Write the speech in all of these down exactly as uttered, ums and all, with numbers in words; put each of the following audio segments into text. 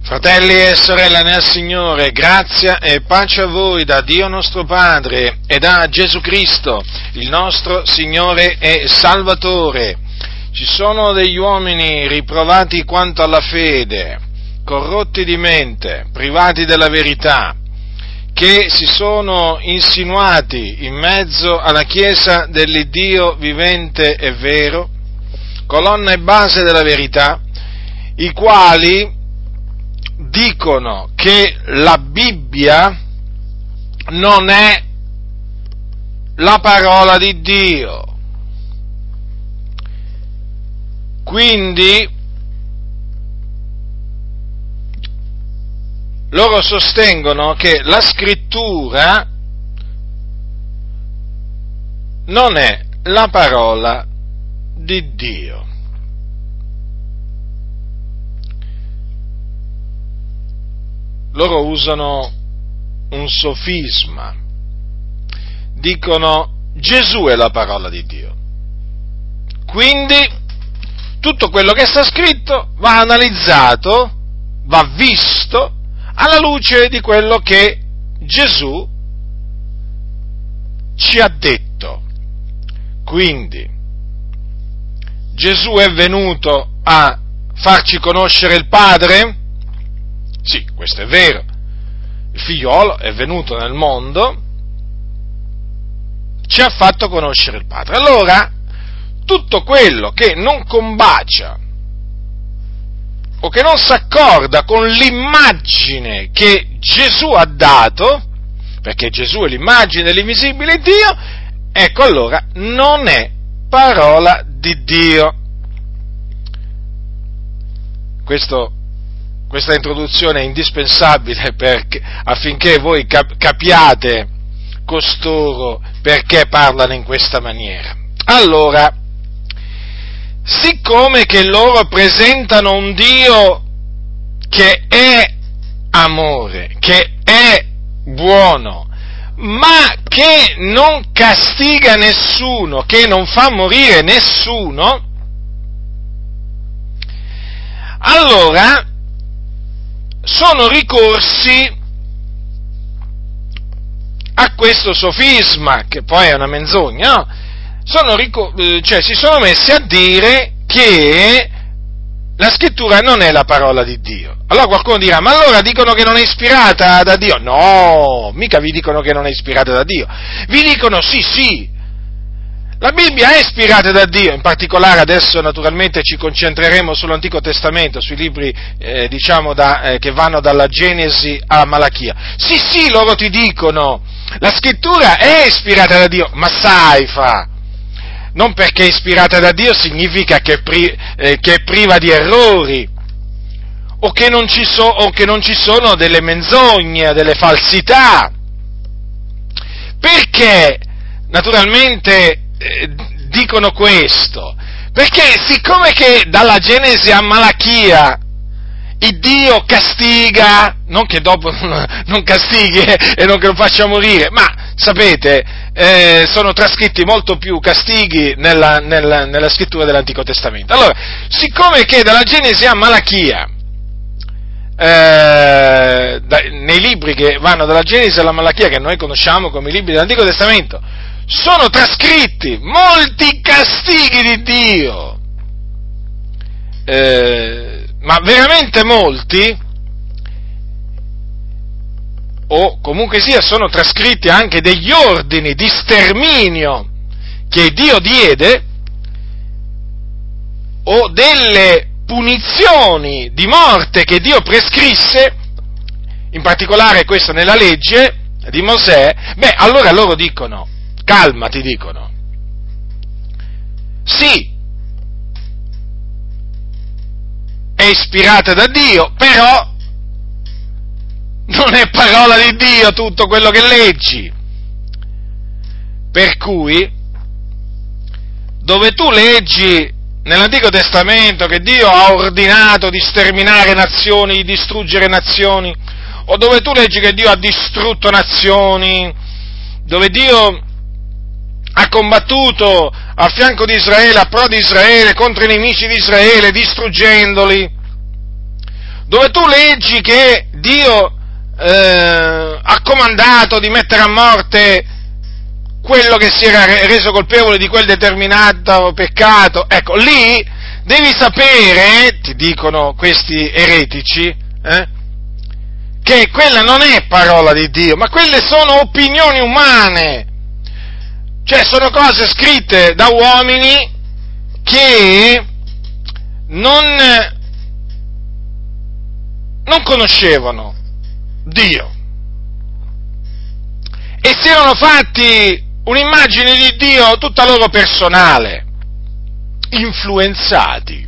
Fratelli e sorelle nel Signore, grazia e pace a voi da Dio nostro Padre e da Gesù Cristo, il nostro Signore e Salvatore. Ci sono degli uomini riprovati quanto alla fede, corrotti di mente, privati della verità, che si sono insinuati in mezzo alla Chiesa dell'Iddio vivente e vero, colonna e base della verità, i quali dicono che la Bibbia non è la parola di Dio. Quindi loro sostengono che la Scrittura non è la parola di Dio. Loro usano un sofisma, dicono Gesù è la parola di Dio, quindi tutto quello che sta scritto va analizzato, va visto alla luce di quello che Gesù ci ha detto. Quindi Gesù è venuto a farci conoscere il Padre? Sì, questo è vero. Il figliolo è venuto nel mondo, ci ha fatto conoscere il Padre. Allora, tutto quello che non combacia o che non si accorda con l'immagine che Gesù ha dato, perché Gesù è l'immagine dell'invisibile Dio, ecco allora non è parola di Dio. Questo Questa introduzione è indispensabile perché, affinché voi cap- capiate costoro perché parlano in questa maniera. Allora, siccome che loro presentano un Dio che è amore, che è buono, ma che non castiga nessuno, che non fa morire nessuno, allora sono ricorsi a questo sofisma, che poi è una menzogna, no? Sono ricor- cioè si sono messi a dire che la scrittura non è la parola di Dio. Allora qualcuno dirà, ma allora dicono che non è ispirata da Dio? No, mica vi dicono che non è ispirata da Dio, vi dicono sì, sì, la Bibbia è ispirata da Dio, in particolare adesso naturalmente ci concentreremo sull'Antico Testamento, sui libri eh, diciamo da, eh, che vanno dalla Genesi a Malachia. Sì, sì, loro ti dicono, la scrittura è ispirata da Dio, ma sai fa, non perché è ispirata da Dio significa che, pri, eh, che è priva di errori, o che, non ci so, o che non ci sono delle menzogne, delle falsità, perché naturalmente Eh, dicono questo, perché siccome che dalla Genesi a Malachia il Dio castiga, non che dopo non castighi e non che lo faccia morire, ma sapete, eh, sono trascritti molto più castighi nella, nella, nella scrittura dell'Antico Testamento. Allora, siccome che dalla Genesi a Malachia, eh, da, nei libri che vanno dalla Genesi alla Malachia, che noi conosciamo come i libri dell'Antico Testamento, sono trascritti molti castighi di Dio, eh, ma veramente molti, o comunque sia sono trascritti anche degli ordini di sterminio che Dio diede, o delle punizioni di morte che Dio prescrisse, in particolare questo nella legge di Mosè. Beh, allora loro dicono, calma, ti dicono, sì, è ispirata da Dio, però non è parola di Dio tutto quello che leggi. Per cui, dove tu leggi nell'Antico Testamento che Dio ha ordinato di sterminare nazioni, di distruggere nazioni, o dove tu leggi che Dio ha distrutto nazioni, dove Dio ha combattuto a fianco di Israele, a pro di Israele, contro i nemici di Israele, distruggendoli, dove tu leggi che Dio eh, ha comandato di mettere a morte quello che si era reso colpevole di quel determinato peccato, ecco, lì devi sapere, ti dicono questi eretici, eh, che quella non è parola di Dio, ma quelle sono opinioni umane, cioè sono cose scritte da uomini che non, non conoscevano Dio e si erano fatti un'immagine di Dio tutta loro personale, influenzati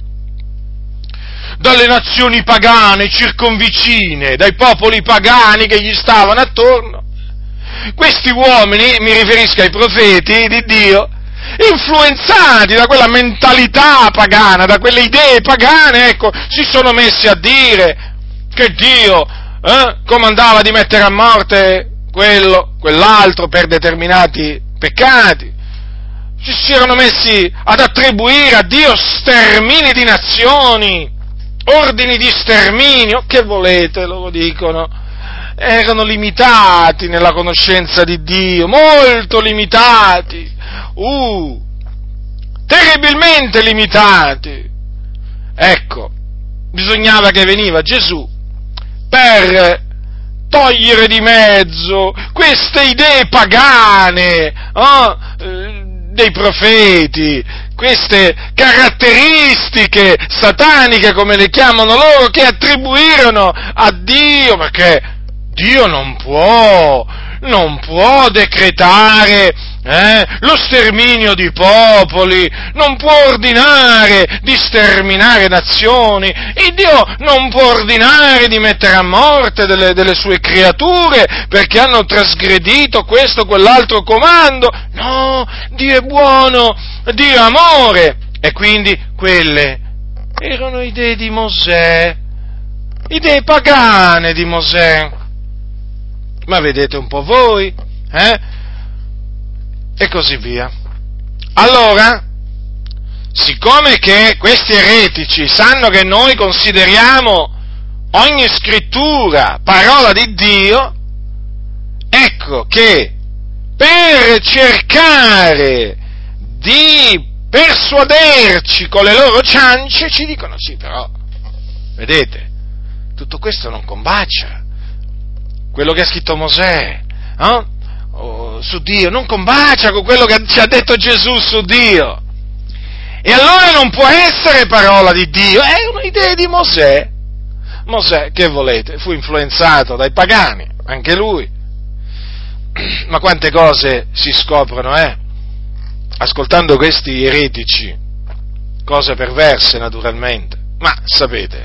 dalle nazioni pagane circonvicine, dai popoli pagani che gli stavano attorno. Questi uomini, mi riferisco ai profeti di Dio, influenzati da quella mentalità pagana, da quelle idee pagane, ecco, si sono messi a dire che Dio eh, comandava di mettere a morte quello, quell'altro per determinati peccati. Ci si erano messi ad attribuire a Dio stermini di nazioni, ordini di sterminio, che volete, loro dicono, erano limitati nella conoscenza di Dio, molto limitati, uh, terribilmente limitati. Ecco, bisognava che veniva Gesù per togliere di mezzo queste idee pagane, oh, eh, dei profeti, queste caratteristiche sataniche, come le chiamano loro, che attribuirono a Dio, perché Dio non può, non può decretare eh, lo sterminio di popoli, non può ordinare di sterminare nazioni, il Dio non può ordinare di mettere a morte delle, delle sue creature perché hanno trasgredito questo o quell'altro comando. No, Dio è buono, Dio è amore, e quindi quelle erano idee di Mosè, idee pagane di Mosè. Ma vedete un po' voi, eh? E così via. Allora, siccome che questi eretici sanno che noi consideriamo ogni scrittura parola di Dio, ecco che per cercare di persuaderci con le loro ciance ci dicono sì, però, vedete, tutto questo non combacia. Quello che ha scritto Mosè, no? Oh, su Dio, non combacia con quello che ci ha detto Gesù su Dio. E allora non può essere parola di Dio, è un'idea di Mosè. Mosè, che volete, fu influenzato dai pagani, anche lui. Ma quante cose si scoprono, eh? Ascoltando questi eretici, cose perverse naturalmente. Ma sapete,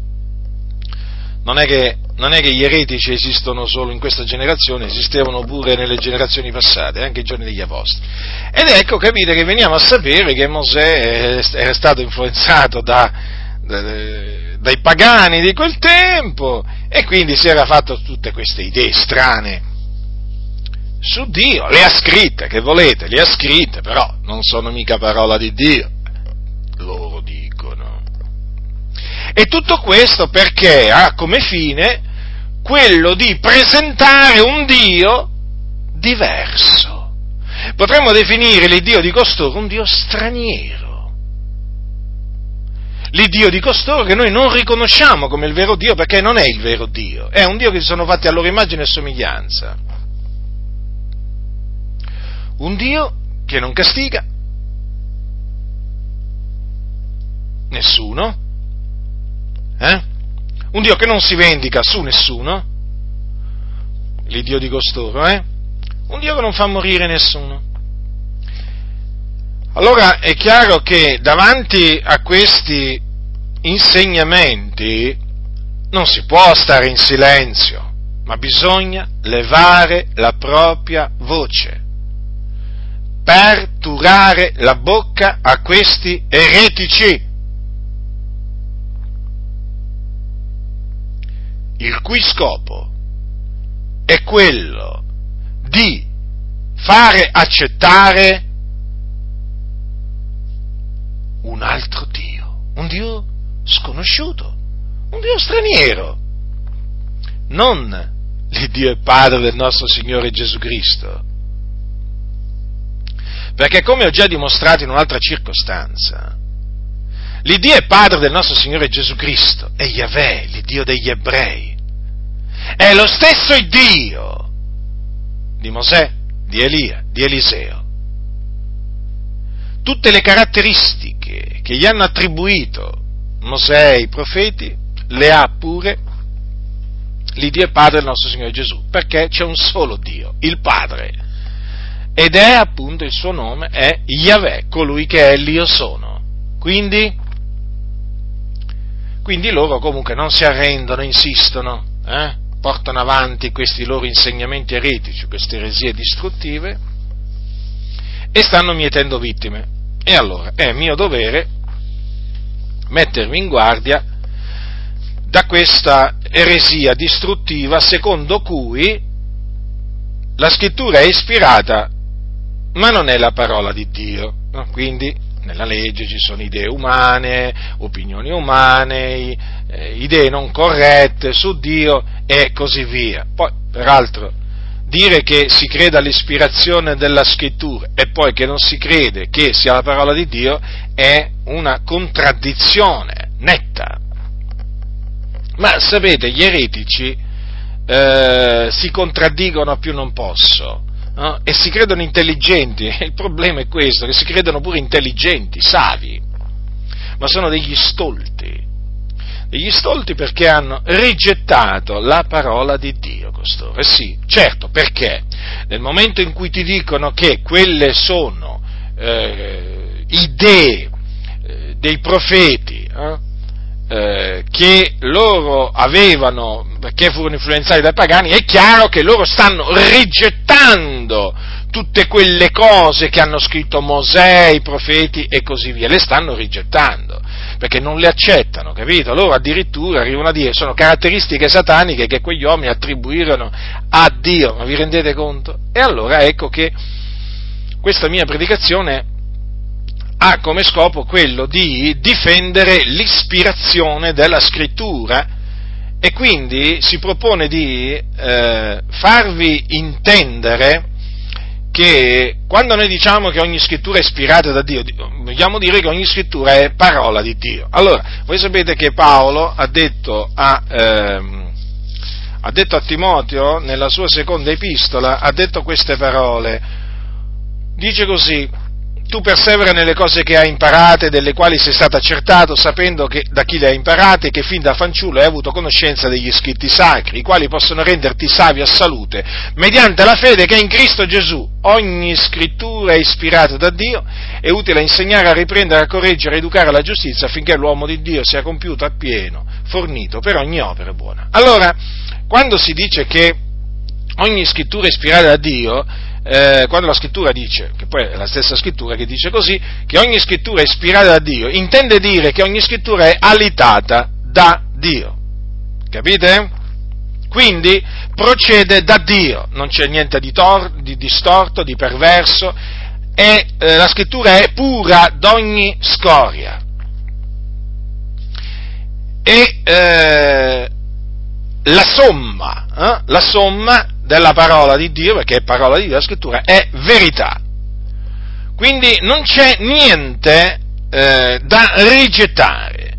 non è che Non è che gli eretici esistono solo in questa generazione, esistevano pure nelle generazioni passate, anche ai giorni degli Apostoli. Ed ecco, capite, che veniamo a sapere che Mosè era stato influenzato da, da, dai pagani di quel tempo, e quindi si era fatto tutte queste idee strane su Dio. Le ha scritte, che volete, le ha scritte, però non sono mica parola di Dio, loro dicono. E tutto questo perché ha come fine quello di presentare un Dio diverso. Potremmo definire l'Iddio di costoro un Dio straniero. L'Iddio di costoro che noi non riconosciamo come il vero Dio, perché non è il vero Dio, è un Dio che si sono fatti a loro immagine e somiglianza. Un Dio che non castiga nessuno, eh? Un Dio che non si vendica su nessuno, l'Iddio di costoro, eh? Un Dio che non fa morire nessuno. Allora è chiaro che davanti a questi insegnamenti non si può stare in silenzio, ma bisogna levare la propria voce per turare la bocca a questi eretici, il cui scopo è quello di fare accettare un altro Dio, un Dio sconosciuto, un Dio straniero, non l'Iddio e Padre del nostro Signore Gesù Cristo. Perché, come ho già dimostrato in un'altra circostanza, l'Iddio e Padre del nostro Signore Gesù Cristo è Yahweh, l'Iddio degli ebrei. È lo stesso Dio di Mosè, di Elia, di Eliseo. Tutte le caratteristiche che gli hanno attribuito Mosè e i profeti le ha pure l'Iddio e Padre del nostro Signore Gesù, perché c'è un solo Dio, il Padre, ed è appunto il suo nome, è Yahweh, colui che è l'Io sono. Quindi, quindi loro comunque non si arrendono, insistono, eh? portano avanti questi loro insegnamenti eretici, queste eresie distruttive, e stanno mietendo vittime. E allora è mio dovere mettervi in guardia da questa eresia distruttiva secondo cui la scrittura è ispirata, ma non è la parola di Dio. No? Quindi nella legge ci sono idee umane, opinioni umane, eh, idee non corrette su Dio e così via. Poi, peraltro, dire che si crede all'ispirazione della scrittura e poi che non si crede che sia la parola di Dio è una contraddizione netta. Ma sapete, gli eretici eh, si contraddicono a più non posso, no? E si credono intelligenti. Il problema è questo, che si credono pure intelligenti, savi, ma sono degli stolti. Degli stolti perché hanno rigettato la parola di Dio, costoro. Eh sì, certo, perché nel momento in cui ti dicono che quelle sono eh, idee eh, dei profeti, eh, eh, che loro avevano, perché furono influenzati dai pagani, è chiaro che loro stanno rigettando tutte quelle cose che hanno scritto Mosè, i profeti e così via, le stanno rigettando, perché non le accettano, capito? Loro addirittura arrivano a dire sono caratteristiche sataniche che quegli uomini attribuirono a Dio, ma vi rendete conto? E allora ecco che questa mia predicazione ha come scopo quello di difendere l'ispirazione della scrittura e quindi si propone di eh, farvi intendere che quando noi diciamo che ogni scrittura è ispirata da Dio, vogliamo dire che ogni scrittura è parola di Dio. Allora, voi sapete che Paolo ha detto a, ehm, ha detto a Timoteo, nella sua seconda epistola, ha detto queste parole, dice così: tu persevera nelle cose che hai imparate, delle quali sei stato accertato, sapendo che da chi le hai imparate, che fin da fanciullo hai avuto conoscenza degli scritti sacri, i quali possono renderti savio a salute, mediante la fede che è in Cristo Gesù. Ogni scrittura è ispirata da Dio, è utile a insegnare, a riprendere, a correggere, a educare alla giustizia, affinché l'uomo di Dio sia compiuto appieno, fornito per ogni opera buona. Allora, quando si dice che ogni scrittura è ispirata da Dio, Eh, quando la scrittura dice, che poi è la stessa scrittura che dice così, che ogni scrittura è ispirata da Dio, intende dire che ogni scrittura è alitata da Dio, capite? Quindi procede da Dio, non c'è niente di, tor- di distorto, di perverso, e eh, la scrittura è pura d'ogni scoria. E eh, la somma, eh, la somma della parola di Dio, perché è parola di Dio, la scrittura è verità. Quindi non c'è niente eh, da rigettare.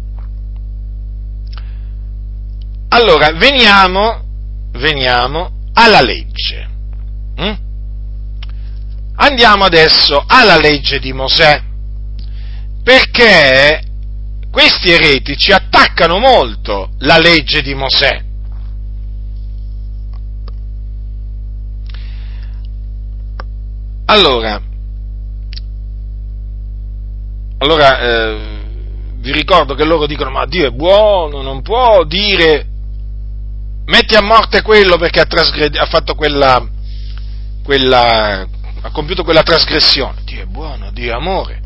Allora, veniamo, veniamo alla legge. Hm? Andiamo adesso alla legge di Mosè, perché questi eretici attaccano molto la legge di Mosè. Allora, allora eh, vi ricordo che loro dicono: ma Dio è buono, non può dire metti a morte quello perché ha, trasgred- ha fatto quella, quella, ha compiuto quella trasgressione. Dio è buono, Dio è amore.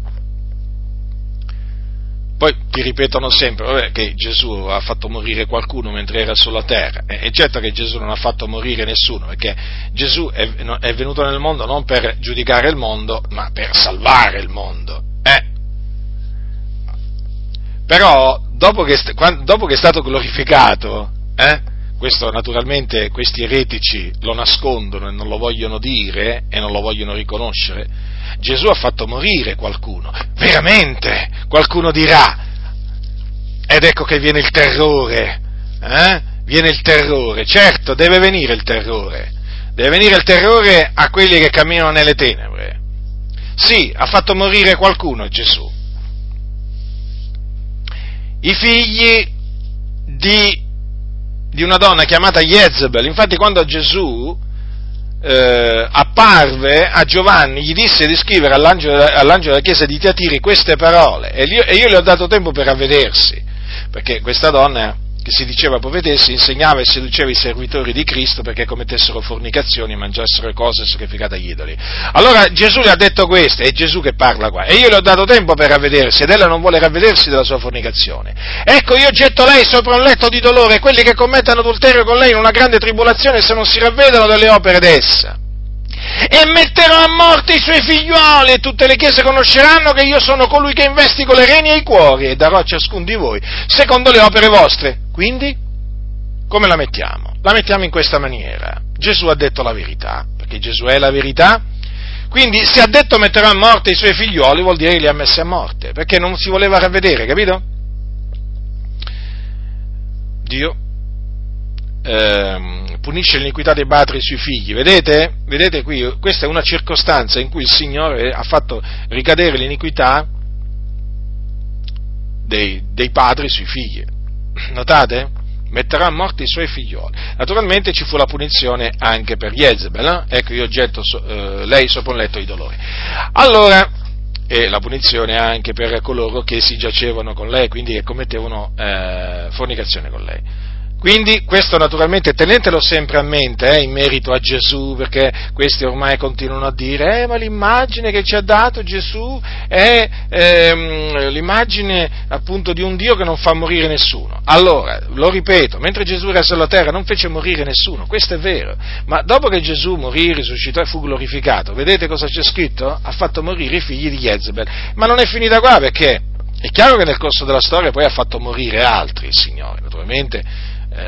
Poi ti ripetono sempre vabbè, che Gesù ha fatto morire qualcuno mentre era sulla terra. È certo che Gesù non ha fatto morire nessuno, perché Gesù è, è venuto nel mondo non per giudicare il mondo, ma per salvare il mondo. Eh. Però dopo che, dopo che è stato glorificato, eh, questo naturalmente questi eretici lo nascondono e non lo vogliono dire e non lo vogliono riconoscere, Gesù ha fatto morire qualcuno, veramente, qualcuno dirà, ed ecco che viene il terrore, eh? Viene il terrore, certo, deve venire il terrore, deve venire il terrore a quelli che camminano nelle tenebre. Sì, ha fatto morire qualcuno Gesù. I figli di, di una donna chiamata Jezebel, infatti quando Gesù eh, apparve a Giovanni, gli disse di scrivere all'angelo, all'angelo della chiesa di Tiatiri queste parole, e io, e io le ho dato tempo per avvedersi, perché questa donna, che si diceva profetessa, insegnava e seduceva i servitori di Cristo perché commettessero fornicazioni e mangiassero cose sacrificate agli idoli. Allora Gesù le ha detto questo, è Gesù che parla qua, e io le ho dato tempo per ravvedersi, ed ella non vuole ravvedersi della sua fornicazione. Ecco, io getto lei sopra un letto di dolore, e quelli che commettono adulterio con lei in una grande tribolazione se non si ravvedono delle opere d'essa. E metterò a morte i suoi figliuoli, e tutte le chiese conosceranno che io sono colui che investigo le reni e i cuori, e darò a ciascun di voi secondo le opere vostre. Quindi, come la mettiamo? La mettiamo in questa maniera. Gesù ha detto la verità, perché Gesù è la verità, quindi se ha detto metterò a morte i suoi figliuoli, vuol dire che li ha messi a morte, perché non si voleva ravvedere, capito? Dio eh, punisce l'iniquità dei padri sui figli, vedete? Vedete qui, questa è una circostanza in cui il Signore ha fatto ricadere l'iniquità dei, dei padri sui figli. Notate? Metterà a morte i suoi figlioli. Naturalmente ci fu la punizione anche per Jezebel, no? Ecco, io getto so, eh, lei sopra un letto di dolore. Allora, e la punizione anche per coloro che si giacevano con lei, quindi che commettevano eh, fornicazione con lei. Quindi questo naturalmente tenetelo sempre a mente eh, in merito a Gesù, perché questi ormai continuano a dire eh, ma l'immagine che ci ha dato Gesù è ehm, l'immagine appunto di un Dio che non fa morire nessuno. Allora, lo ripeto, mentre Gesù era sulla terra non fece morire nessuno, questo è vero, ma dopo che Gesù morì, risuscitò e fu glorificato, vedete cosa c'è scritto? Ha fatto morire i figli di Jezebel, ma non è finita qua, perché è chiaro che nel corso della storia poi ha fatto morire altri il Signore, naturalmente,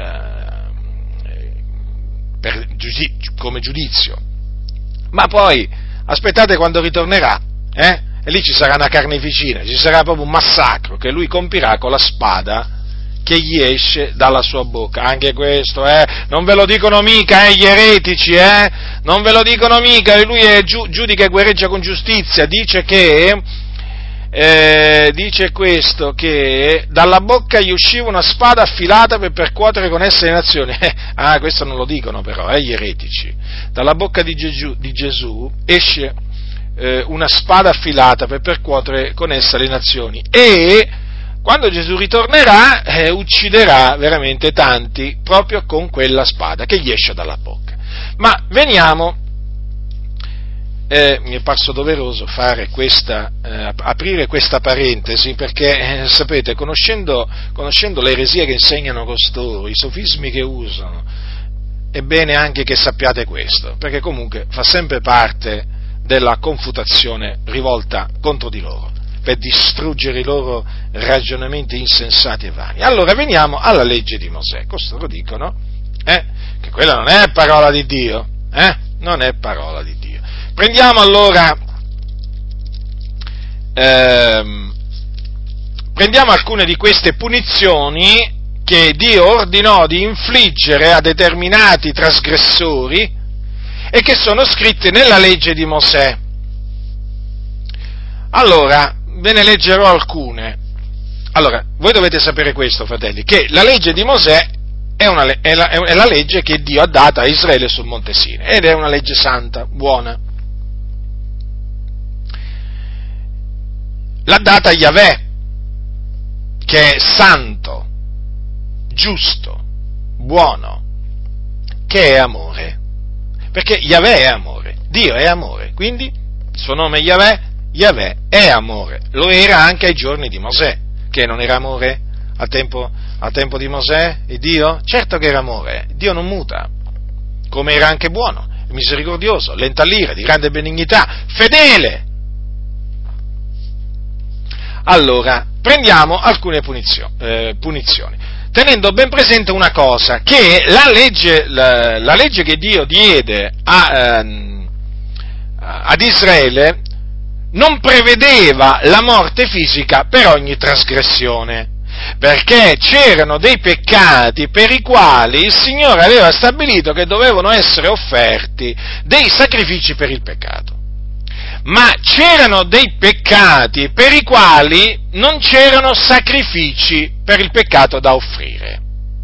per, come giudizio, ma poi aspettate quando ritornerà eh? E lì ci sarà una carneficina, ci sarà proprio un massacro che lui compirà con la spada che gli esce dalla sua bocca. Anche questo eh? non ve lo dicono mica eh, gli eretici, eh? non ve lo dicono mica, lui è giu, giudica e guerreggia con giustizia, dice che Eh, dice questo, che dalla bocca gli usciva una spada affilata per percuotere con essa le nazioni. Ah, questo non lo dicono però, eh, gli eretici. Dalla bocca di Gesù, di Gesù esce eh, una spada affilata per percuotere con essa le nazioni, e quando Gesù ritornerà eh, ucciderà veramente tanti proprio con quella spada che gli esce dalla bocca. Ma veniamo Eh, mi è parso doveroso fare questa, eh, aprire questa parentesi, perché eh, sapete, conoscendo, conoscendo le eresie che insegnano costoro, i sofismi che usano, è bene anche che sappiate questo, perché comunque fa sempre parte della confutazione rivolta contro di loro, per distruggere i loro ragionamenti insensati e vani. Allora veniamo alla legge di Mosè. Costoro dicono eh, che quella non è parola di Dio, eh? non è parola di Dio. Prendiamo allora, ehm, prendiamo alcune di queste punizioni che Dio ordinò di infliggere a determinati trasgressori e che sono scritte nella legge di Mosè. Allora, ve ne leggerò alcune. Allora, voi dovete sapere questo, fratelli, che la legge di Mosè è, una, è, la, è la legge che Dio ha data a Israele sul Monte Sinai, ed è una legge santa, buona. L'ha data Yahweh, che è santo, giusto, buono, che è amore. Perché Yahweh è amore, Dio è amore, quindi il suo nome è Yahweh, Yahweh è amore. Lo era anche ai giorni di Mosè, che non era amore al tempo, al tempo di Mosè e Dio? Certo che era amore, Dio non muta, come era anche buono, misericordioso, lento all'ira, di grande benignità, fedele. Allora, prendiamo alcune punizio, eh, punizioni, tenendo ben presente una cosa, che la legge, la, la legge che Dio diede a, ehm, ad Israele non prevedeva la morte fisica per ogni trasgressione, perché c'erano dei peccati per i quali il Signore aveva stabilito che dovevano essere offerti dei sacrifici per il peccato. Ma c'erano dei peccati per i quali non c'erano sacrifici per il peccato da offrire.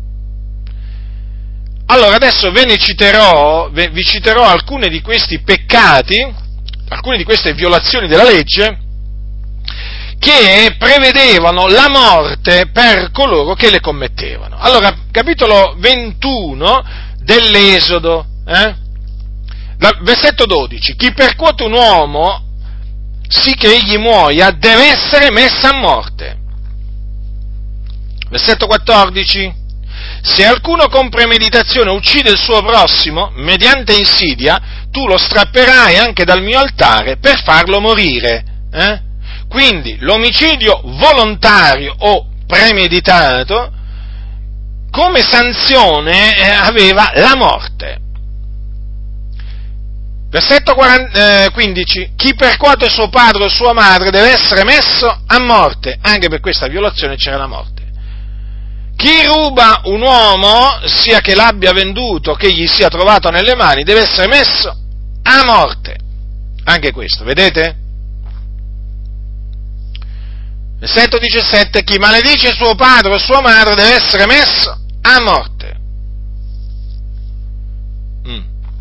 Allora adesso ve ne citerò, vi citerò alcune di questi peccati, alcune di queste violazioni della legge, che prevedevano la morte per coloro che le commettevano. Allora, capitolo ventuno dell'Esodo, eh? Versetto dodici, chi percuote un uomo, sì che egli muoia, deve essere messo a morte. Versetto quattordici, se alcuno con premeditazione uccide il suo prossimo, mediante insidia, tu lo strapperai anche dal mio altare per farlo morire. Eh? Quindi l'omicidio volontario o premeditato, come sanzione, eh, aveva la morte. Versetto quindici, chi percuote suo padre o sua madre deve essere messo a morte, anche per questa violazione c'era la morte. Chi ruba un uomo, sia che l'abbia venduto, che gli sia trovato nelle mani, deve essere messo a morte, anche questo, vedete? Versetto diciassette, chi maledice suo padre o sua madre deve essere messo a morte. Mm.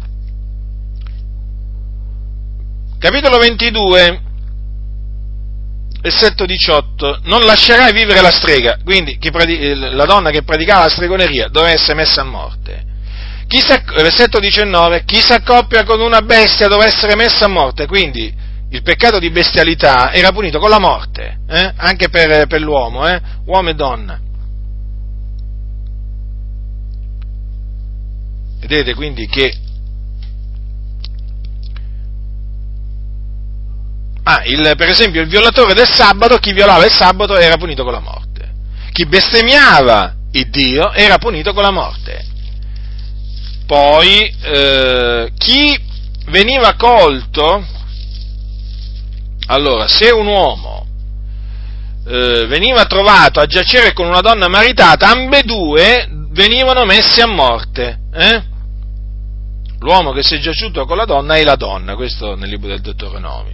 Capitolo ventidue, versetto diciotto, non lascerai vivere la strega, quindi chi pratica, la donna che praticava la stregoneria doveva essere messa a morte. Chi versetto diciannove, chi si accoppia con una bestia doveva essere messa a morte, quindi il peccato di bestialità era punito con la morte, eh? Anche per, per l'uomo, eh? Uomo e donna. Vedete quindi che Ah, il, per esempio il violatore del sabato, chi violava il sabato era punito con la morte. Chi bestemmiava il Dio era punito con la morte. Poi eh, chi veniva colto, allora se un uomo eh, veniva trovato a giacere con una donna maritata, ambedue venivano messi a morte. Eh? L'uomo che si è giaciuto con la donna e la donna, questo nel libro del Deuteronomio.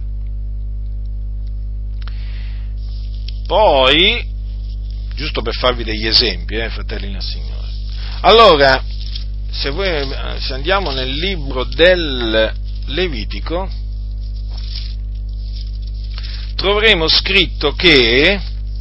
Poi, giusto per farvi degli esempi, eh, fratelli nel Signore. Allora, se, voi, se andiamo nel libro del Levitico, troveremo scritto che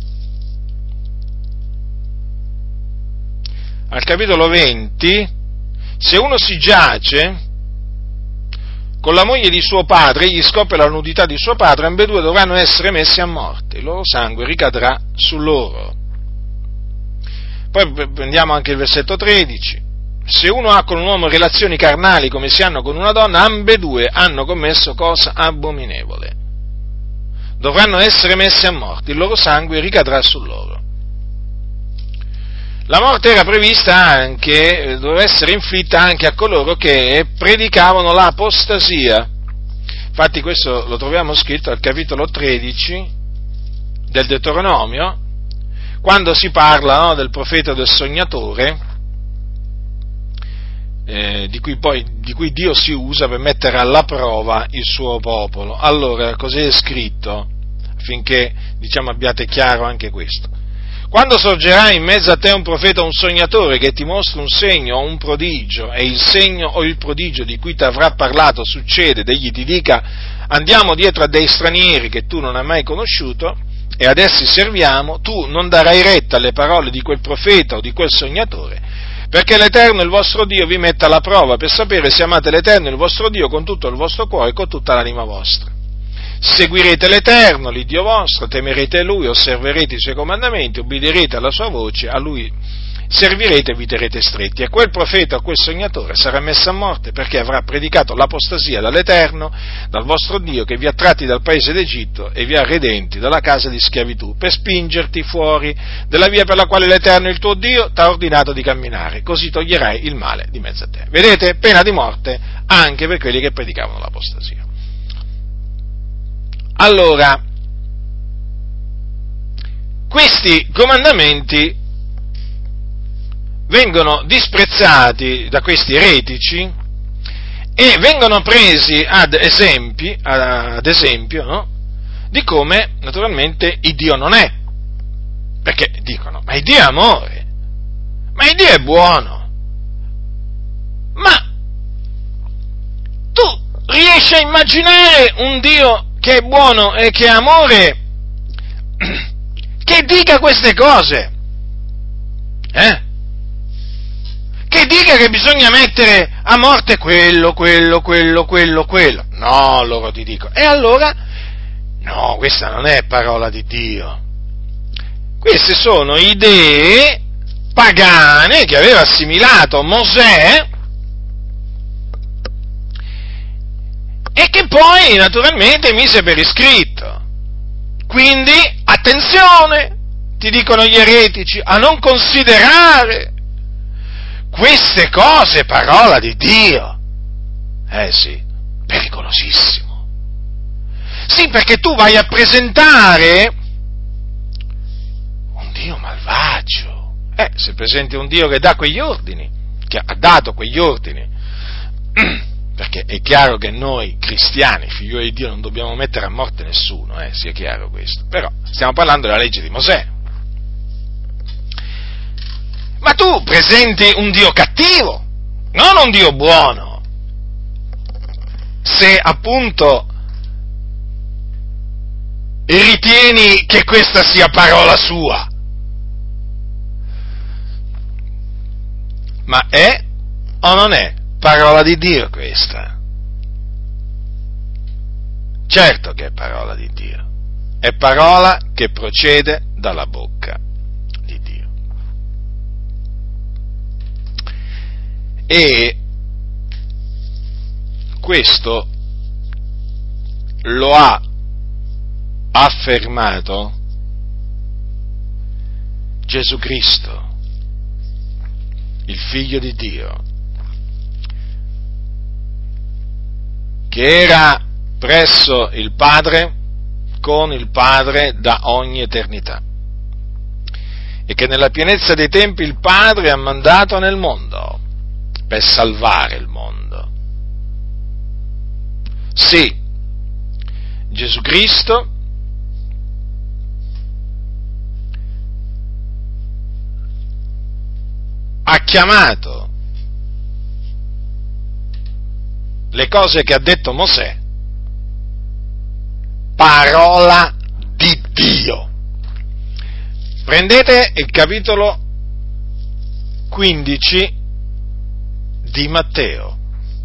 al capitolo venti, se uno si giace con la moglie di suo padre, egli scopre la nudità di suo padre, ambedue dovranno essere messi a morte, il loro sangue ricadrà su loro. Poi prendiamo anche il versetto tredici, se uno ha con un uomo relazioni carnali come si hanno con una donna, ambedue hanno commesso cosa abominevole, dovranno essere messi a morte, il loro sangue ricadrà su loro. La morte era prevista anche, doveva essere inflitta anche a coloro che predicavano l'apostasia. Infatti questo lo troviamo scritto al capitolo tredici del Deuteronomio, quando si parla, no, del profeta del sognatore, eh, di cui poi di cui Dio si usa per mettere alla prova il suo popolo. Allora, cos'è scritto? Affinché, diciamo, abbiate chiaro anche questo. Quando sorgerà in mezzo a te un profeta o un sognatore che ti mostra un segno o un prodigio, e il segno o il prodigio di cui ti avrà parlato succede, ed egli ti dica: andiamo dietro a dei stranieri che tu non hai mai conosciuto, e ad essi serviamo, tu non darai retta alle parole di quel profeta o di quel sognatore, perché l'Eterno, il vostro Dio, vi mette alla prova per sapere se amate l'Eterno, il vostro Dio, con tutto il vostro cuore e con tutta l'anima vostra. Seguirete l'Eterno, l'Iddio vostro, temerete Lui, osserverete i Suoi comandamenti, ubbidirete alla Sua voce, a Lui servirete e vi terrete stretti, e quel profeta o quel sognatore sarà messo a morte, perché avrà predicato l'apostasia dall'Eterno, dal vostro Dio, che vi ha tratti dal paese d'Egitto e vi ha redenti dalla casa di schiavitù, per spingerti fuori della via per la quale l'Eterno, il tuo Dio, ti ha ordinato di camminare, così toglierai il male di mezzo a te. Vedete? Pena di morte anche per quelli che predicavano l'apostasia. Allora, questi comandamenti vengono disprezzati da questi eretici e vengono presi ad esempi, ad esempio, no? Di come naturalmente il Dio non è. Perché dicono, ma il Dio è amore, ma il Dio è buono, ma tu riesci a immaginare un Dio che è buono e che è amore, che dica queste cose? Eh? Che dica che bisogna mettere a morte quello, quello, quello, quello, quello. No, loro ti dicono. E allora? No, questa non è parola di Dio. Queste sono idee pagane che aveva assimilato Mosè e che poi naturalmente mise per iscritto. Quindi, attenzione, ti dicono gli eretici, a non considerare queste cose parola di Dio. Eh sì, pericolosissimo. Sì, perché tu vai a presentare un Dio malvagio. Eh, se presenti un Dio che dà quegli ordini, che ha dato quegli ordini, perché è chiaro che noi cristiani, figlioli di Dio, non dobbiamo mettere a morte nessuno, eh, sia chiaro questo. Però stiamo parlando della legge di Mosè. Ma tu presenti un Dio cattivo, non un Dio buono. Se appunto ritieni che questa sia parola sua. Ma è o non è parola di Dio questa? Certo che è parola di Dio. È parola che procede dalla bocca di Dio. E questo lo ha affermato Gesù Cristo, il Figlio di Dio, che era presso il Padre, con il Padre da ogni eternità, e che nella pienezza dei tempi il Padre ha mandato nel mondo per salvare il mondo. Sì, Gesù Cristo ha chiamato le cose che ha detto Mosè parola di Dio. Prendete il capitolo quindici di Matteo.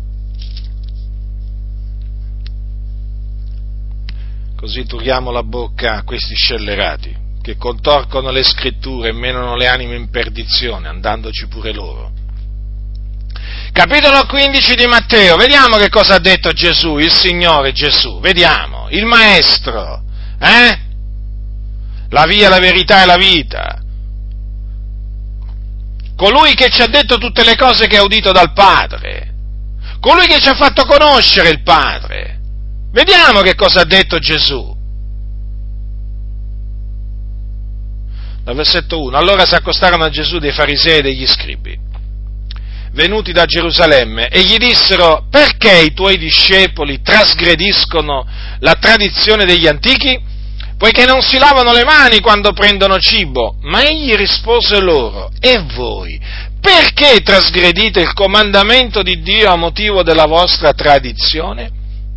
Così turiamo la bocca a questi scellerati che contorcono le scritture e menano le anime in perdizione, andandoci pure loro. Capitolo quindici di Matteo, vediamo che cosa ha detto Gesù, il Signore Gesù, vediamo, il Maestro, eh? La via, la verità e la vita. Colui che ci ha detto tutte le cose che ha udito dal Padre, colui che ci ha fatto conoscere il Padre. Vediamo che cosa ha detto Gesù. Dal versetto uno, allora si accostarono a Gesù dei farisei e degli scribi, venuti da Gerusalemme, e gli dissero: perché i tuoi discepoli trasgrediscono la tradizione degli antichi, poiché non si lavano le mani quando prendono cibo? Ma egli rispose loro: e voi, perché trasgredite il comandamento di Dio a motivo della vostra tradizione?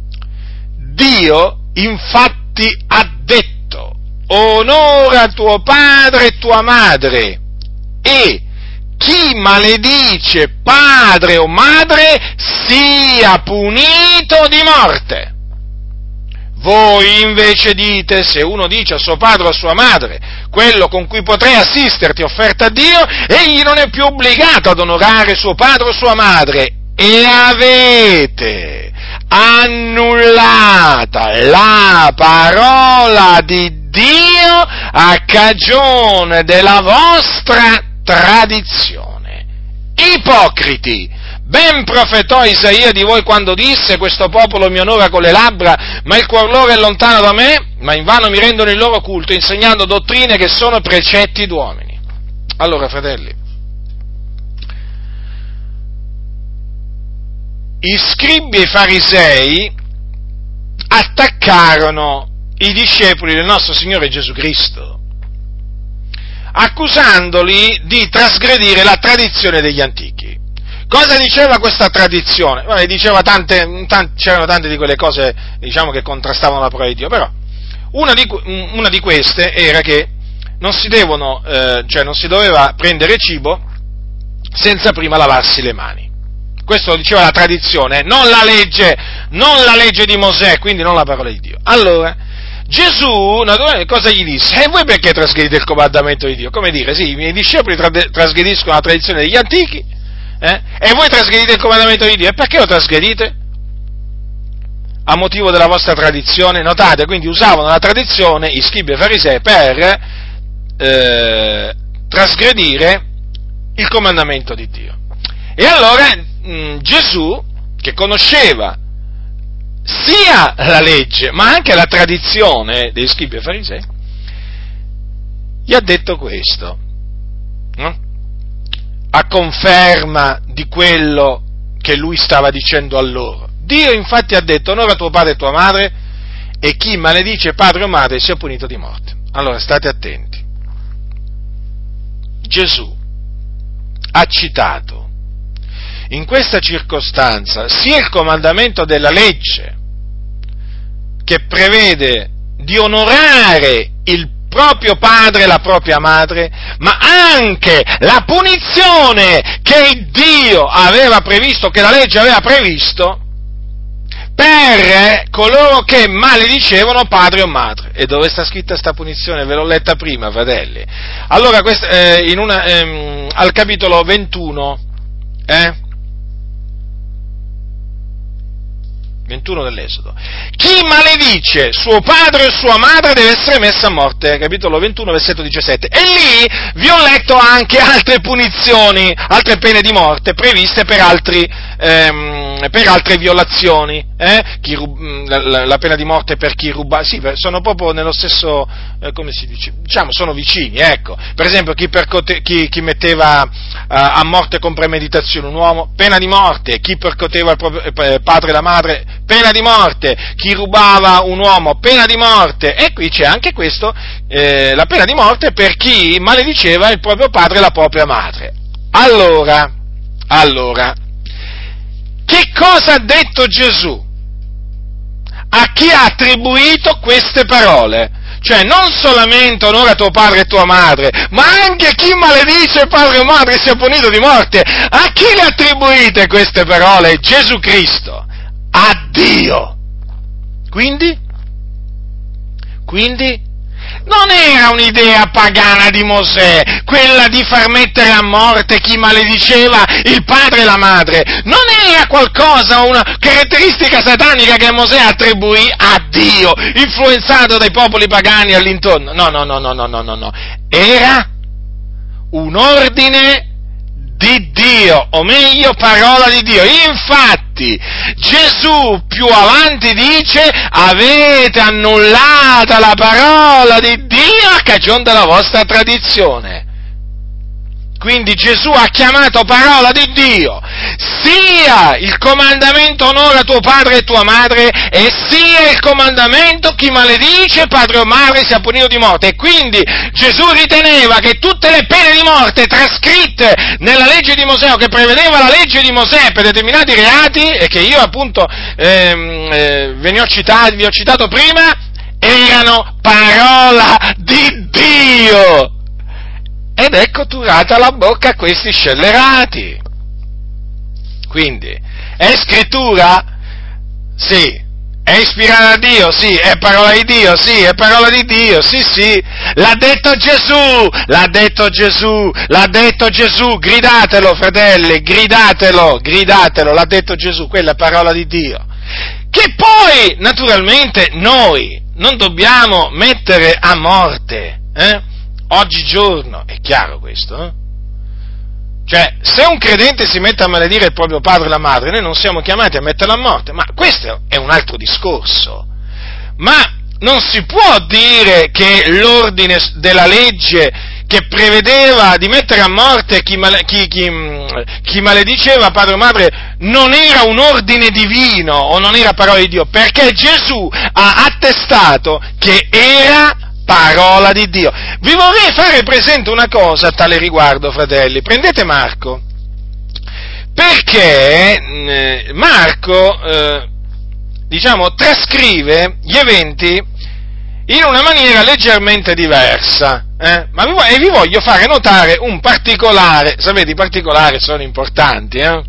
Dio infatti ha detto: onora tuo padre e tua madre, e chi maledice padre o madre sia punito di morte. Voi invece dite: se uno dice a suo padre o a sua madre: quello con cui potrei assisterti offerta a Dio, egli non è più obbligato ad onorare suo padre o sua madre, e avete annullata la parola di Dio a cagione della vostra tradizione. Ipocriti! Ben profetò Isaia di voi quando disse: questo popolo mi onora con le labbra, ma il cuor loro è lontano da me, ma invano mi rendono il loro culto, insegnando dottrine che sono precetti d'uomini. Allora, fratelli, i scribi e i farisei attaccarono i discepoli del nostro Signore Gesù Cristo, accusandoli di trasgredire la tradizione degli antichi. Cosa diceva questa tradizione? Beh, diceva tante, tante, c'erano tante di quelle cose, diciamo, che contrastavano la parola di Dio, però una di, una di queste era che non si devono, eh, cioè non si doveva prendere cibo senza prima lavarsi le mani. Questo lo diceva la tradizione, non la legge, non la legge di Mosè, quindi non la parola di Dio. Allora, Gesù, naturalmente, cosa gli disse? E voi perché trasgredite il comandamento di Dio? Come dire, sì, i miei discepoli trasgrediscono la tradizione degli antichi, Eh? E voi trasgredite il comandamento di Dio, e perché lo trasgredite? A motivo della vostra tradizione. Notate, quindi usavano la tradizione, i scribi e farisei, per eh, trasgredire il comandamento di Dio. E allora mh, Gesù, che conosceva sia la legge, ma anche la tradizione dei scribi e farisei, gli ha detto questo, no? A conferma di quello che lui stava dicendo a loro. Dio infatti ha detto: onora tuo padre e tua madre, e chi maledice padre o madre sia punito di morte. Allora state attenti. Gesù ha citato in questa circostanza sia il comandamento della legge, che prevede di onorare il proprio padre e la propria madre, ma anche la punizione che Dio aveva previsto, che la legge aveva previsto, per coloro che maledicevano padre o madre. E dove sta scritta sta punizione? Ve l'ho letta prima, fratelli. Allora, questa, eh, in una, ehm, al capitolo ventuno, eh? ventuno dell'Esodo. Chi maledice suo padre o sua madre deve essere messo a morte, capitolo ventuno, versetto diciassette. E lì vi ho letto anche altre punizioni, altre pene di morte previste per altri, ehm, per altre violazioni. Eh? Chi rub- la, la pena di morte per chi ruba, sì, sono proprio nello stesso, eh, come si dice, diciamo, sono vicini, ecco. Per esempio, chi, percote- chi, chi metteva uh, a morte con premeditazione un uomo, pena di morte. Chi percoteva il proprio eh, padre e la madre, pena di morte. Chi rubava un uomo, pena di morte. E qui c'è anche questo, eh, la pena di morte per chi malediceva il proprio padre e la propria madre. Allora, allora, che cosa ha detto Gesù a chi ha attribuito queste parole? Cioè, non solamente onora tuo padre e tua madre, ma anche chi maledice padre o madre sia punito di morte. A chi le attribuite queste parole? Gesù Cristo. A Dio. Quindi? Quindi? Non era un'idea pagana di Mosè, quella di far mettere a morte chi malediceva il padre e la madre. Non era qualcosa, una caratteristica satanica che Mosè attribuì a Dio, influenzato dai popoli pagani all'intorno. No, no, no, no, no, no, no. Era un ordine di Dio, o meglio, parola di Dio. Infatti, Gesù più avanti dice: avete annullata la parola di Dio a cagione della vostra tradizione. Quindi Gesù ha chiamato parola di Dio sia il comandamento onora tuo padre e tua madre, e sia il comandamento chi maledice padre o madre sia punito di morte. E quindi Gesù riteneva che tutte le pene di morte trascritte nella legge di Mosè, o che prevedeva la legge di Mosè per determinati reati, e che io appunto ehm, eh, ve ne ho citati, vi ho citato prima, erano parola di Dio. Ed ecco turata la bocca a questi scellerati. Quindi, è scrittura? Sì, È ispirata da Dio? Sì. È parola di Dio? Sì. È parola di Dio? Sì, sì. L'ha detto Gesù! L'ha detto Gesù! L'ha detto Gesù! Gridatelo, fratelli! Gridatelo! Gridatelo! L'ha detto Gesù! Quella è parola di Dio. Che poi, naturalmente, noi non dobbiamo mettere a morte, eh? Oggigiorno. È chiaro questo, eh? Cioè, se un credente si mette a maledire il proprio padre e la madre, noi non siamo chiamati a metterlo a morte, ma questo è un altro discorso. Ma non si può dire che l'ordine della legge che prevedeva di mettere a morte chi, male, chi, chi, chi malediceva padre o madre non era un ordine divino o non era parola di Dio, perché Gesù ha attestato che era parola di Dio. Vi vorrei fare presente una cosa a tale riguardo, fratelli. Prendete Marco, perché eh, Marco, eh, diciamo, trascrive gli eventi in una maniera leggermente diversa, eh? Ma vi, e vi voglio fare notare un particolare. Sapete, i particolari sono importanti, eh?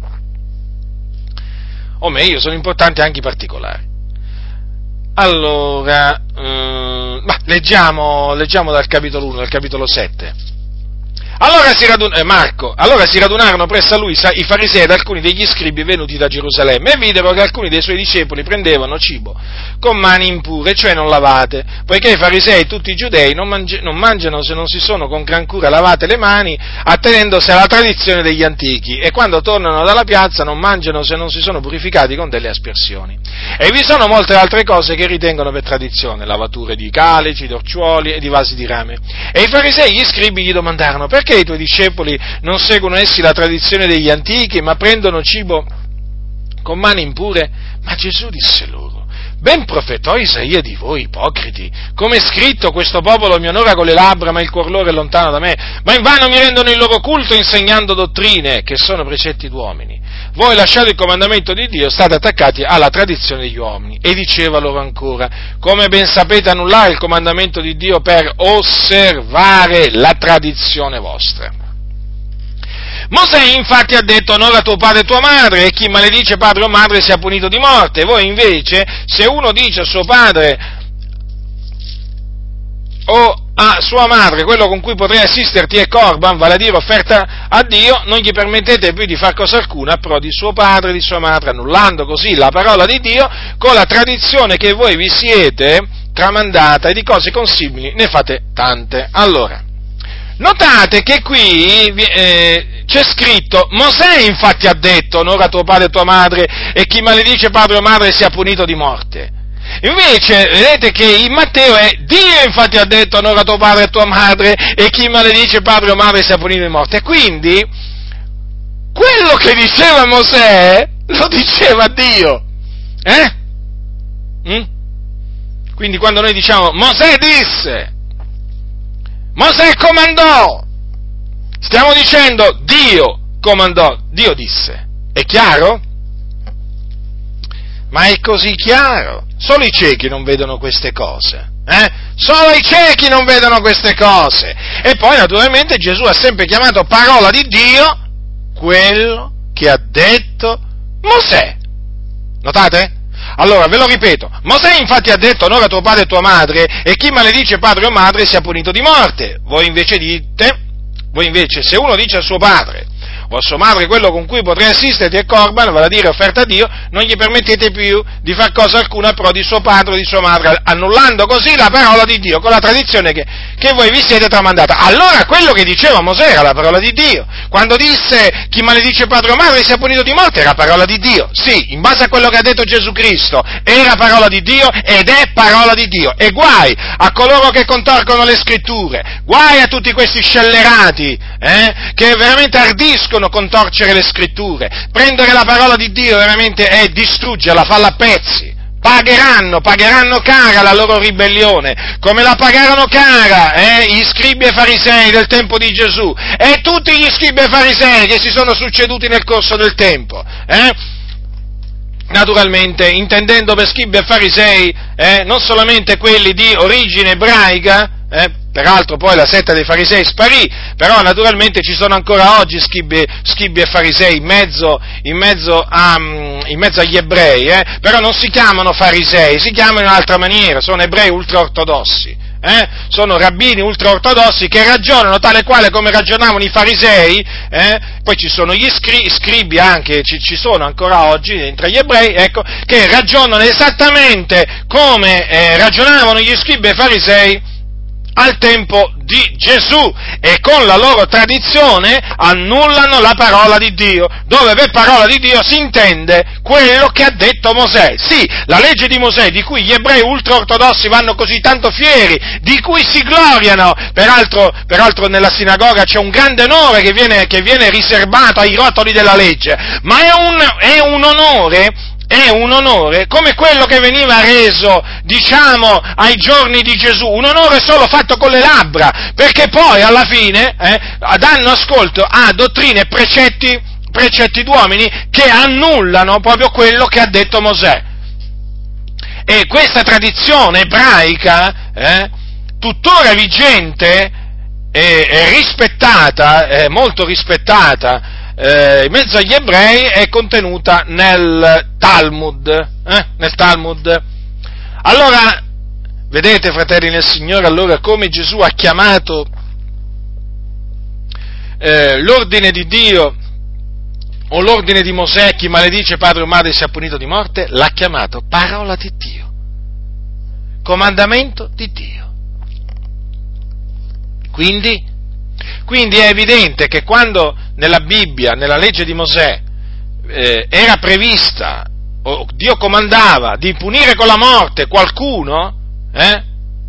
O meglio, sono importanti anche i particolari. Allora, eh, ma leggiamo, leggiamo dal capitolo uno, dal capitolo sette. Allora si radun- eh, Marco, allora si radunarono presso a lui i farisei ed alcuni degli scribi venuti da Gerusalemme e videro che alcuni dei suoi discepoli prendevano cibo con mani impure, cioè non lavate, poiché i farisei e tutti i giudei non, mangi- non mangiano se non si sono con gran cura lavate le mani, attenendosi alla tradizione degli antichi, e quando tornano dalla piazza non mangiano se non si sono purificati con delle aspersioni. E vi sono molte altre cose che ritengono per tradizione, lavature di calici, di orciuoli e di vasi di rame. E i farisei e gli scribi gli domandarono: perché i tuoi discepoli non seguono essi la tradizione degli antichi, ma prendono cibo con mani impure? Ma Gesù disse loro: ben profetò Isaia di voi, ipocriti, come è scritto: questo popolo mi onora con le labbra, ma il cuor loro è lontano da me, ma invano mi rendono il loro culto insegnando dottrine che sono precetti d'uomini. Voi lasciate il comandamento di Dio, state attaccati alla tradizione degli uomini. E diceva loro ancora: come ben sapete annullare il comandamento di Dio per osservare la tradizione vostra. Mosè infatti ha detto: onora tuo padre e tua madre, e chi maledice padre o madre sia punito di morte. Voi invece, se uno dice a suo padre o a sua madre: quello con cui potrei assisterti è Corban, vale a dire offerta a Dio, non gli permettete più di far cosa alcuna però di suo padre e di sua madre, annullando così la parola di Dio con la tradizione che voi vi siete tramandata, e di cose consimili ne fate tante. Allora, notate che qui eh, c'è scritto: Mosè infatti ha detto: onora tuo padre e tua madre, e chi maledice padre o madre sia punito di morte. Invece, vedete che in Matteo è: Dio infatti ha detto: onora tuo padre e tua madre, e chi maledice padre o madre sia punito di morte. E quindi, quello che diceva Mosè, lo diceva Dio. Eh? Mm? Quindi quando noi diciamo Mosè disse, Mosè comandò, stiamo dicendo Dio comandò, Dio disse. È chiaro? Ma è così chiaro. Solo i ciechi non vedono queste cose, eh? Solo i ciechi non vedono queste cose. E poi naturalmente Gesù ha sempre chiamato parola di Dio quello che ha detto Mosè. Notate? Allora, ve lo ripeto: Mosè infatti ha detto: onora tuo padre e tua madre, e chi maledice padre o madre sia punito di morte. Voi invece dite, voi invece, se uno dice a suo padre o a sua madre: quello con cui potrei assisterti è Corban, vale a dire offerta a Dio, non gli permettete più di far cosa alcuna però di suo padre o di sua madre, annullando così la parola di Dio con la tradizione che, che voi vi siete tramandata. Allora quello che diceva Mosè era la parola di Dio. Quando disse: chi maledice padre o madre sia punito di morte, era parola di Dio. Sì, in base a quello che ha detto Gesù Cristo, era parola di Dio ed è parola di Dio. E guai a coloro che contorcono le scritture, guai a tutti questi scellerati, eh, che veramente ardiscono contorcere le scritture. Prendere la parola di Dio veramente è distruggerla, farla a pezzi. Pagheranno, pagheranno cara la loro ribellione, come la pagarono cara eh, gli scribi e farisei del tempo di Gesù, e tutti gli scribi e farisei che si sono succeduti nel corso del tempo. Eh? Naturalmente, intendendo per scribi e farisei eh, non solamente quelli di origine ebraica, Eh? Peraltro poi la setta dei farisei sparì, però naturalmente ci sono ancora oggi schibbi, schibbi e farisei in mezzo, in mezzo, a, in mezzo agli ebrei, eh? Però non si chiamano farisei, si chiamano in un'altra maniera, sono ebrei ultraortodossi. Eh? Sono rabbini ultraortodossi che ragionano tale quale come ragionavano i farisei, eh? Poi ci sono gli scri- scribi anche, ci, ci sono ancora oggi tra gli ebrei, ecco, che ragionano esattamente come eh, ragionavano gli scribi e i farisei al tempo di Gesù, e con la loro tradizione annullano la parola di Dio, dove per parola di Dio si intende quello che ha detto Mosè. Sì, la legge di Mosè, di cui gli ebrei ultraortodossi vanno così tanto fieri, di cui si gloriano, peraltro, peraltro nella sinagoga c'è un grande onore che viene, che viene riservato ai rotoli della legge, ma è un, è un onore È un onore come quello che veniva reso, diciamo, ai giorni di Gesù, un onore solo fatto con le labbra, perché poi alla fine eh, danno ascolto a dottrine e precetti, precetti d'uomini che annullano proprio quello che ha detto Mosè. E questa tradizione ebraica, eh, tuttora vigente e, e rispettata, eh, molto rispettata, Eh, in mezzo agli ebrei, è contenuta nel Talmud, eh? nel Talmud. Allora, vedete, fratelli nel Signore, allora come Gesù ha chiamato eh, l'ordine di Dio, o l'ordine di Mosè: chi maledice padre o madre sia punito di morte, l'ha chiamato parola di Dio, comandamento di Dio. Quindi, quindi è evidente che quando nella Bibbia, nella legge di Mosè, eh, era prevista, o Dio comandava di punire con la morte qualcuno, eh?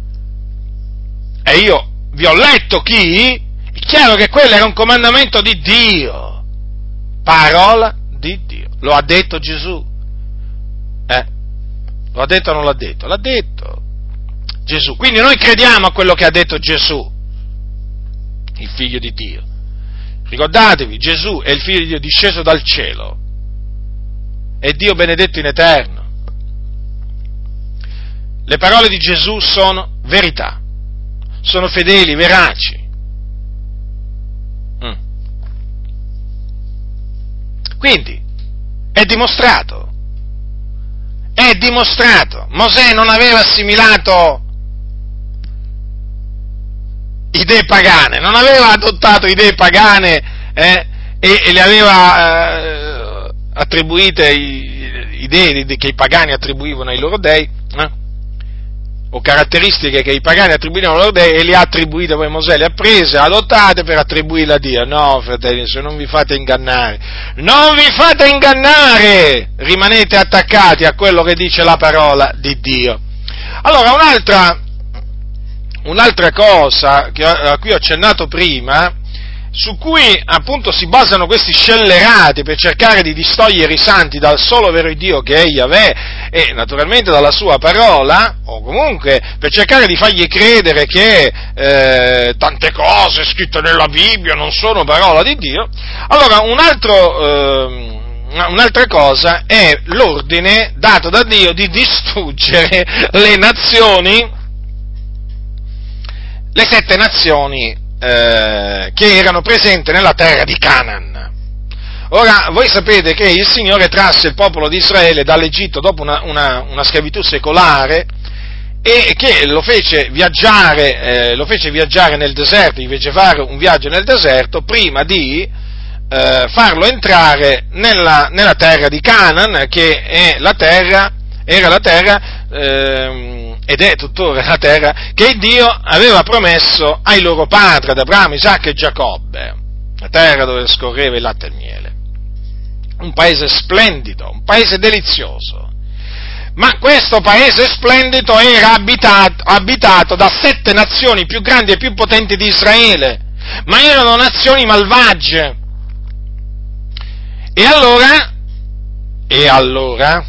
E io vi ho letto chi, è chiaro che quello era un comandamento di Dio, parola di Dio. Lo ha detto Gesù? Eh? Lo ha detto o non l'ha detto? L'ha detto Gesù. Quindi noi crediamo a quello che ha detto Gesù, il Figlio di Dio. Ricordatevi, Gesù è il Figlio di Dio disceso dal cielo, è Dio benedetto in eterno. Le parole di Gesù sono verità, sono fedeli, veraci. Mm. Quindi, è dimostrato, è dimostrato, Mosè non aveva assimilato idee pagane, non aveva adottato idee pagane eh, e, e le aveva eh, attribuite, idee che i pagani attribuivano ai loro dei, eh, o caratteristiche che i pagani attribuivano ai loro dei, e le ha attribuite poi Mosè, le ha prese, adottate per attribuirle a Dio. No, fratelli, se non vi fate ingannare, non vi fate ingannare, rimanete attaccati a quello che dice la parola di Dio. Allora, un'altra Un'altra cosa che, a cui ho accennato prima, su cui appunto si basano questi scellerati per cercare di distogliere i santi dal solo vero Dio che è Yahweh, e naturalmente dalla sua parola, o comunque per cercare di fargli credere che eh, tante cose scritte nella Bibbia non sono parola di Dio. Allora, un altro... Eh, Un'altra cosa è l'ordine dato da Dio di distruggere le nazioni, le sette nazioni eh, che erano presenti nella terra di Canaan. Ora, voi sapete che il Signore trasse il popolo di Israele dall'Egitto dopo una, una, una schiavitù secolare, e che lo fece viaggiare, eh, lo fece viaggiare nel deserto, gli fece fare un viaggio nel deserto prima di eh, farlo entrare nella, nella terra di Canaan, che è la terra, era la terra, eh, ed è tuttora la terra che Dio aveva promesso ai loro padri, ad Abramo, Isacco e Giacobbe, la terra dove scorreva il latte e il miele, un paese splendido, un paese delizioso. Ma questo paese splendido era abitato, abitato da sette nazioni più grandi e più potenti di Israele, ma erano nazioni malvagie. E allora, e allora,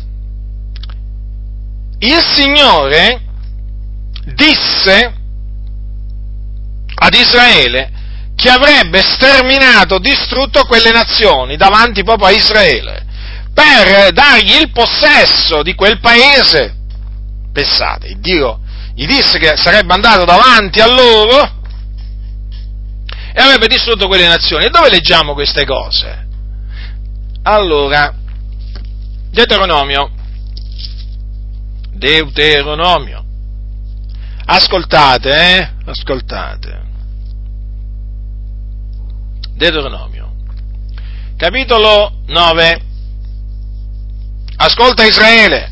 il Signore disse ad Israele che avrebbe sterminato, distrutto quelle nazioni davanti proprio a Israele, per dargli il possesso di quel paese. Pensate, Dio, gli disse che sarebbe andato davanti a loro e avrebbe distrutto quelle nazioni. E dove leggiamo queste cose? Allora, Deuteronomio, Deuteronomio, ascoltate, eh, ascoltate, Deuteronomio, capitolo nove, ascolta Israele,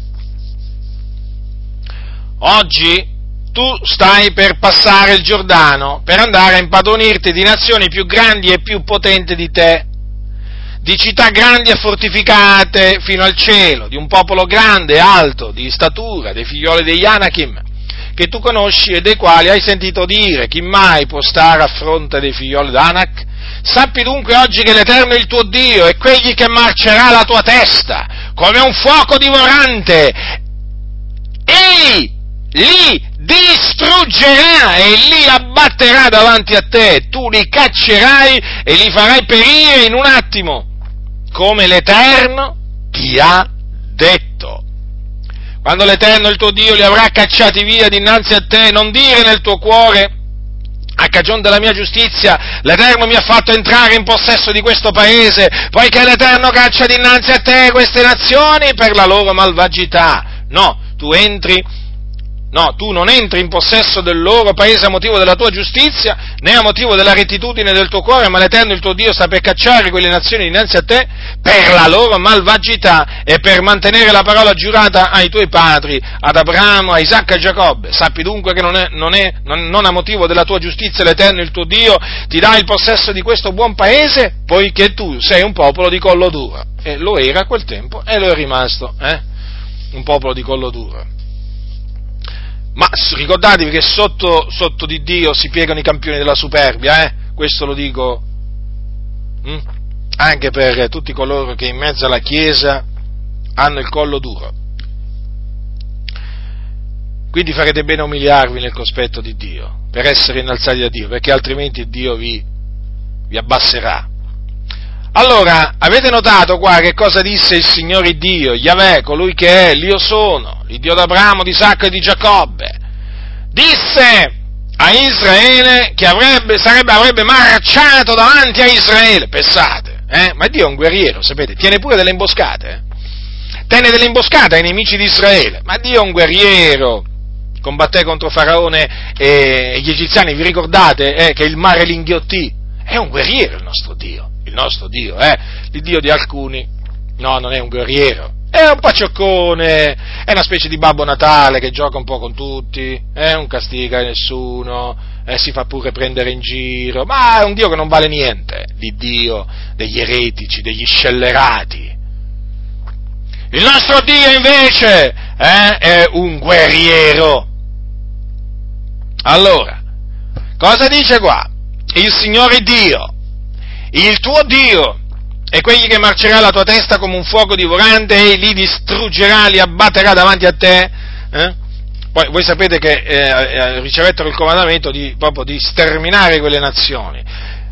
oggi tu stai per passare il Giordano, per andare a impadronirti di nazioni più grandi e più potenti di te, di città grandi e fortificate fino al cielo, di un popolo grande e alto, di statura, dei figlioli degli Anakim, che tu conosci e dei quali hai sentito dire, chi mai può stare a fronte dei figlioli d'Anak? Sappi dunque oggi che l'Eterno è il tuo Dio, è quegli che marcerà la tua testa, come un fuoco divorante, e li distruggerà e li abbatterà davanti a te, tu li caccerai e li farai perire in un attimo, come l'Eterno ti ha detto. Quando l'Eterno il tuo Dio li avrà cacciati via dinanzi a te, non dire nel tuo cuore, a cagion della mia giustizia, l'Eterno mi ha fatto entrare in possesso di questo paese, poiché l'Eterno caccia dinanzi a te queste nazioni per la loro malvagità. No, tu entri No, tu non entri in possesso del loro paese a motivo della tua giustizia, né a motivo della rettitudine del tuo cuore, ma l'Eterno il tuo Dio sta per cacciare quelle nazioni dinanzi a te per la loro malvagità e per mantenere la parola giurata ai tuoi padri, ad Abramo, a Isacco e a Giacobbe. Sappi dunque che non, è, non, è, non, non a motivo della tua giustizia l'Eterno il tuo Dio ti dà il possesso di questo buon paese, poiché tu sei un popolo di collo duro. E lo era a quel tempo e lo è rimasto, eh? Un popolo di collo duro. Ma ricordatevi che sotto, sotto di Dio si piegano i campioni della superbia, eh? Questo lo dico hm? anche per tutti coloro che in mezzo alla Chiesa hanno il collo duro. Quindi farete bene a umiliarvi nel cospetto di Dio, per essere innalzati da Dio, perché altrimenti Dio vi, vi abbasserà. Allora, avete notato qua che cosa disse il Signore Dio, Yahweh, colui che è, l'Io sono, il Dio d'Abramo, di Isacco e di Giacobbe? Disse a Israele che avrebbe, sarebbe, avrebbe marciato davanti a Israele, pensate, eh? Ma Dio è un guerriero, sapete, tiene pure delle imboscate, eh? Tenne delle imboscate ai nemici di Israele, ma Dio è un guerriero, combatté contro Faraone e gli egiziani, vi ricordate eh, che il mare li inghiottì? È un guerriero il nostro Dio. Il nostro Dio, eh, il Dio di alcuni, no, non è un guerriero, è un pacioccone, è una specie di Babbo Natale che gioca un po' con tutti, eh, non castiga nessuno, eh, si fa pure prendere in giro, ma è un Dio che non vale niente, di Dio, degli eretici, degli scellerati. Il nostro Dio invece eh, è un guerriero. Allora, cosa dice qua? Il Signore Dio, il tuo Dio, e quegli che marcerà la tua testa come un fuoco divorante e li distruggerà, li abbatterà davanti a te. Eh? Poi voi sapete che eh, ricevettero il comandamento di, proprio di sterminare quelle nazioni.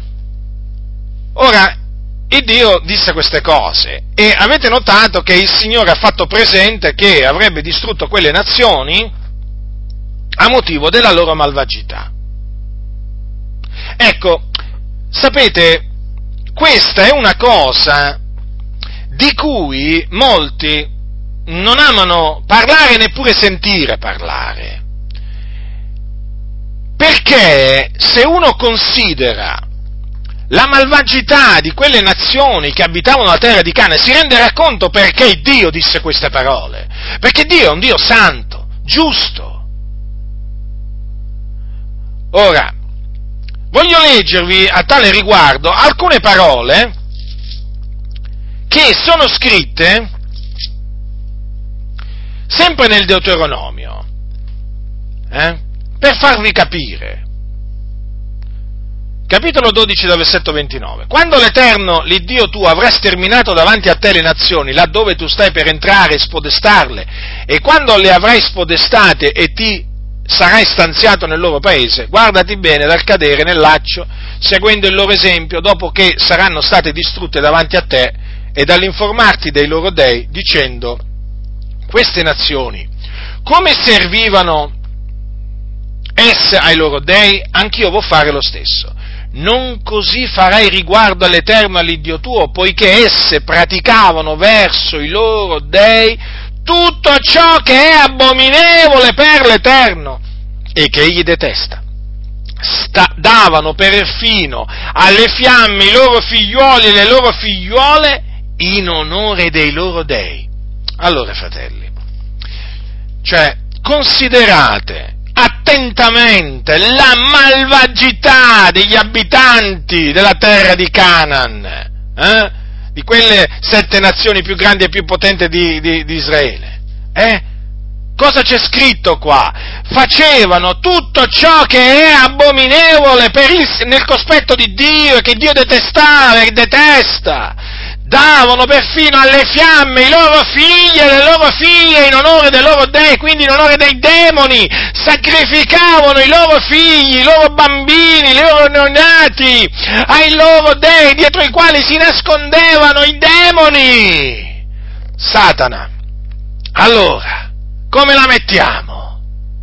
Ora, il Dio disse queste cose e avete notato che il Signore ha fatto presente che avrebbe distrutto quelle nazioni a motivo della loro malvagità. Ecco, sapete, questa è una cosa di cui molti non amano parlare, neppure sentire parlare. Perché se uno considera la malvagità di quelle nazioni che abitavano la terra di Canaan, si renderà conto perché Dio disse queste parole. Perché Dio è un Dio santo, giusto. Ora, voglio leggervi a tale riguardo alcune parole che sono scritte sempre nel Deuteronomio, eh, per farvi capire. Capitolo dodici, dal versetto ventinove. Quando l'Eterno, l'Iddio tuo, avrà sterminato davanti a te le nazioni, laddove tu stai per entrare e spodestarle, e quando le avrai spodestate e ti sarai stanziato nel loro paese, guardati bene dal cadere nel laccio, seguendo il loro esempio, dopo che saranno state distrutte davanti a te, e dall'informarti dei loro dei, dicendo: queste nazioni, come servivano esse ai loro dei, anch'io vo fare lo stesso. Non così farai riguardo all'Eterno, all'Iddio tuo, poiché esse praticavano verso i loro dei tutto ciò che è abominevole per l'Eterno e che egli detesta. Sta, davano perfino alle fiamme i loro figliuoli e le loro figliuole in onore dei loro dei. Allora, fratelli, cioè, considerate attentamente la malvagità degli abitanti della terra di Canaan, eh? di quelle sette nazioni più grandi e più potenti di, di, di Israele. Eh? Cosa c'è scritto qua? Facevano tutto ciò che è abominevole per il, nel cospetto di Dio e che Dio detestava e detesta. Davano perfino alle fiamme i loro figli e le loro figlie in onore dei loro dei, quindi in onore dei demoni. Sacrificavano i loro figli, i loro bambini, i loro neonati ai loro dei, dietro i quali si nascondevano i demoni. Satana. Allora, come la mettiamo?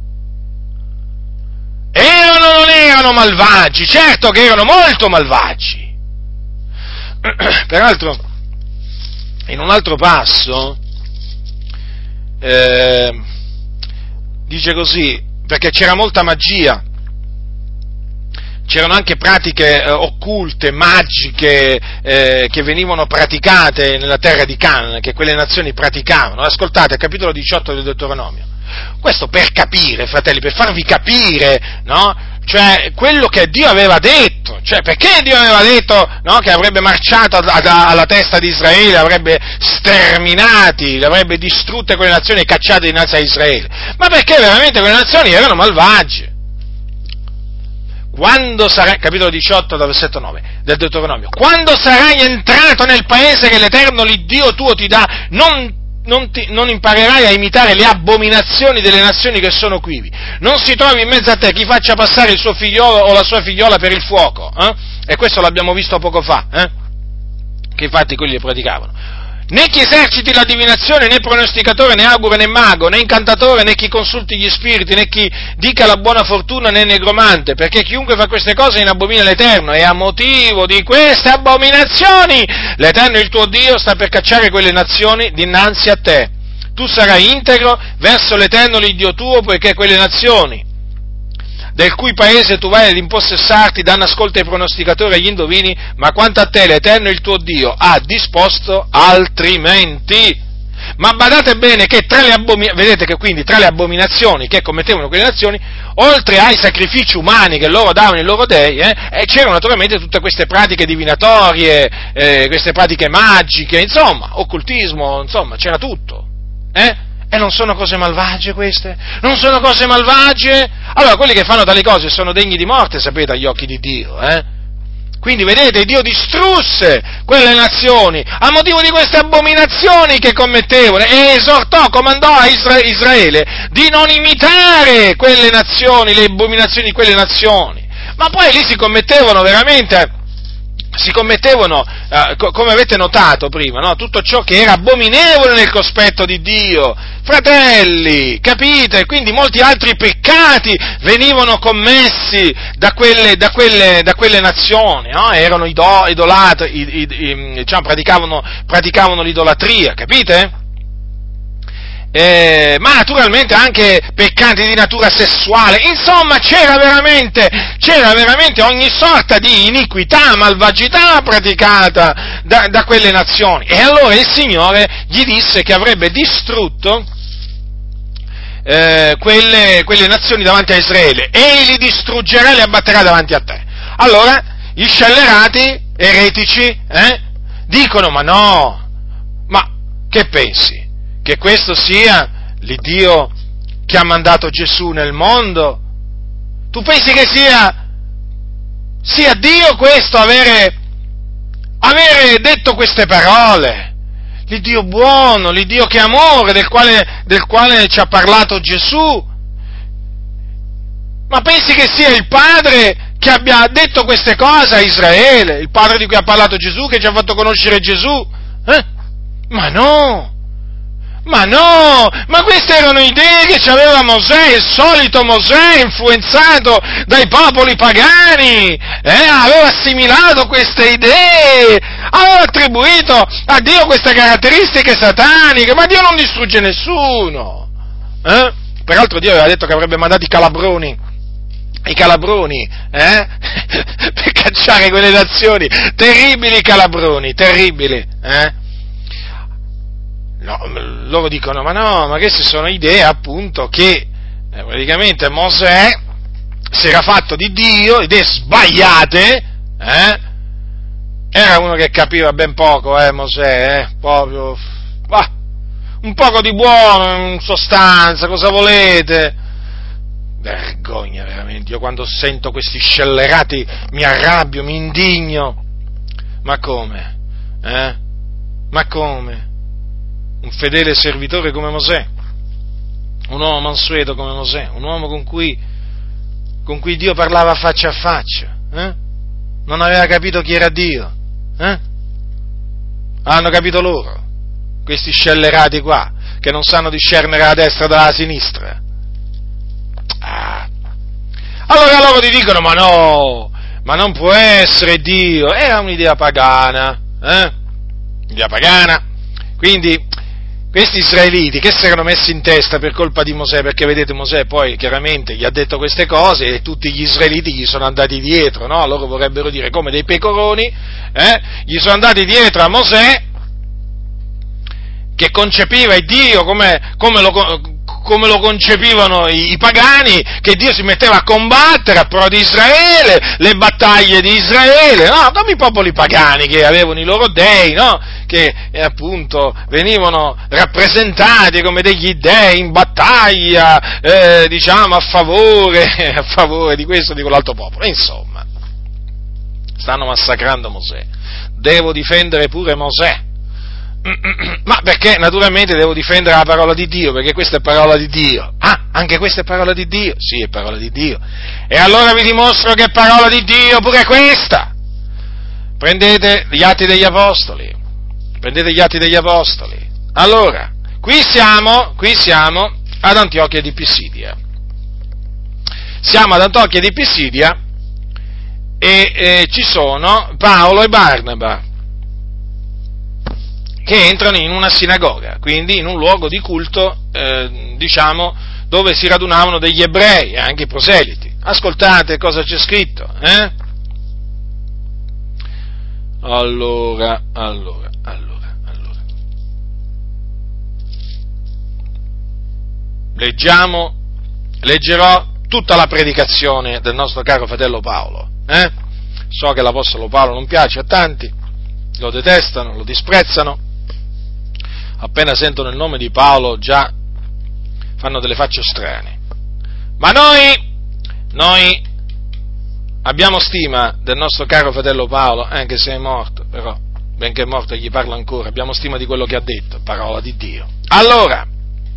Erano o non erano malvagi? Certo che erano molto malvagi. Peraltro, in un altro passo, eh, dice così, perché c'era molta magia, c'erano anche pratiche eh, occulte, magiche, eh, che venivano praticate nella terra di Canaan, che quelle nazioni praticavano. Ascoltate, il capitolo diciotto del Deuteronomio. Questo per capire, fratelli, per farvi capire, no? Cioè, quello che Dio aveva detto, cioè, perché Dio aveva detto, no, che avrebbe marciato a, a, alla testa di Israele, avrebbe sterminati, le avrebbe distrutte quelle nazioni e cacciate dinanzi a Israele? Ma perché veramente quelle nazioni erano malvagie. Quando sarai, capitolo diciotto, versetto nove, del Deuteronomio, quando sarai entrato nel paese che l'Eterno, l'Iddio tuo, ti dà, non Non, ti, non imparerai a imitare le abominazioni delle nazioni che sono quivi. Non si trovi in mezzo a te chi faccia passare il suo figliolo o la sua figliola per il fuoco, eh? E questo l'abbiamo visto poco fa, eh? Che infatti quelli le praticavano. Né chi eserciti la divinazione, né pronosticatore, né augure, né mago, né incantatore, né chi consulti gli spiriti, né chi dica la buona fortuna, né negromante, perché chiunque fa queste cose in abomina l'Eterno, e a motivo di queste abominazioni l'Eterno, il tuo Dio, sta per cacciare quelle nazioni dinanzi a te. Tu sarai integro verso l'Eterno, l'Iddio tuo, poiché quelle nazioni del cui paese tu vai ad impossessarti danno ascolto ai pronosticatori e agli indovini, ma quanto a te l'Eterno il tuo Dio ha disposto altrimenti. Ma badate bene che tra le abominazioni, vedete che quindi tra le abominazioni che commettevano quelle nazioni, oltre ai sacrifici umani che loro davano ai loro dei, eh, eh, c'erano naturalmente tutte queste pratiche divinatorie, eh, queste pratiche magiche, insomma, occultismo, insomma, c'era tutto, eh? E non sono cose malvagie queste? Non sono cose malvagie? Allora, quelli che fanno tali cose sono degni di morte, sapete, agli occhi di Dio, eh? Quindi, vedete, Dio distrusse quelle nazioni a motivo di queste abominazioni che commettevano e esortò, comandò a Isra- Israele di non imitare quelle nazioni, le abominazioni di quelle nazioni. Ma poi lì si commettevano veramente... si commettevano, eh, co- come avete notato prima, no? Tutto ciò che era abominevole nel cospetto di Dio. Fratelli, capite? Quindi molti altri peccati venivano commessi da quelle, da quelle, da quelle nazioni, no? Erano ido- idolatri, i, i, i, diciamo, praticavano, praticavano l'idolatria, capite? Eh, ma naturalmente anche peccanti di natura sessuale, insomma c'era veramente, c'era veramente ogni sorta di iniquità, malvagità praticata da, da quelle nazioni. E allora il Signore gli disse che avrebbe distrutto eh, quelle, quelle nazioni davanti a Israele, e li distruggerà e li abbatterà davanti a te. Allora gli scellerati, eretici, eh, dicono: ma no, ma che pensi? Che questo sia l'Iddio che ha mandato Gesù nel mondo? Tu pensi che sia, sia Dio questo avere, avere detto queste parole? L'Iddio buono, l'Iddio che è amore, del quale, del quale ci ha parlato Gesù? Ma pensi che sia il Padre che abbia detto queste cose a Israele? Il Padre di cui ha parlato Gesù, che ci ha fatto conoscere Gesù? Eh? Ma no! Ma no, ma queste erano idee che aveva Mosè, il solito Mosè, influenzato dai popoli pagani, eh, aveva assimilato queste idee, aveva attribuito a Dio queste caratteristiche sataniche, ma Dio non distrugge nessuno, eh? Peraltro Dio aveva detto che avrebbe mandato i calabroni, i calabroni, eh? per cacciare quelle nazioni, terribili calabroni, terribili, eh? No, loro dicono, ma no, ma queste sono idee appunto che eh, praticamente Mosè si era fatto di Dio, idee sbagliate, eh? Era uno che capiva ben poco, eh, Mosè, eh, proprio, bah, un poco di buono in sostanza, cosa volete? Vergogna veramente, io quando sento questi scellerati mi arrabbio, mi indigno, ma come? Eh? Ma come? Un fedele servitore come Mosè, un uomo mansueto come Mosè, un uomo con cui, con cui Dio parlava faccia a faccia, eh? Non aveva capito chi era Dio, eh? Hanno capito loro, questi scellerati qua, che non sanno discernere la destra dalla sinistra. Ah. Allora loro ti dicono, ma no, ma non può essere Dio, era un'idea pagana, eh? Un'idea pagana, quindi questi israeliti che si erano messi in testa per colpa di Mosè, perché vedete Mosè poi chiaramente gli ha detto queste cose e tutti gli israeliti gli sono andati dietro, no? Loro vorrebbero dire come dei pecoroni, eh? Gli sono andati dietro a Mosè che concepiva il Dio come, come, lo, come lo concepivano i, i pagani, che Dio si metteva a combattere a pro di Israele, le battaglie di Israele, no? Come i popoli pagani che avevano i loro dei, no? Che eh, appunto venivano rappresentati come degli dei in battaglia, eh, diciamo a favore, a favore di questo o di quell'altro popolo. Insomma, stanno massacrando Mosè. Devo difendere pure Mosè. Ma perché naturalmente devo difendere la parola di Dio, perché questa è parola di Dio. Ah, anche questa è parola di Dio? Sì, è parola di Dio. E allora vi dimostro che è parola di Dio pure questa. Prendete gli Atti degli Apostoli. Prendete gli Atti degli Apostoli. Allora, qui siamo, qui siamo ad Antiochia di Pisidia. Siamo ad Antiochia di Pisidia e eh, ci sono Paolo e Barnaba che entrano in una sinagoga, quindi in un luogo di culto, eh, diciamo, dove si radunavano degli ebrei e anche i proseliti. Ascoltate cosa c'è scritto, eh? Allora, allora, allora, allora. Leggiamo, leggerò tutta la predicazione del nostro caro fratello Paolo, eh? So che l'apostolo Paolo non piace a tanti, lo detestano, lo disprezzano, appena sentono il nome di Paolo già fanno delle facce strane. Ma noi, noi abbiamo stima del nostro caro fratello Paolo, anche se è morto, però, benché è morto gli parla ancora, abbiamo stima di quello che ha detto, parola di Dio. Allora,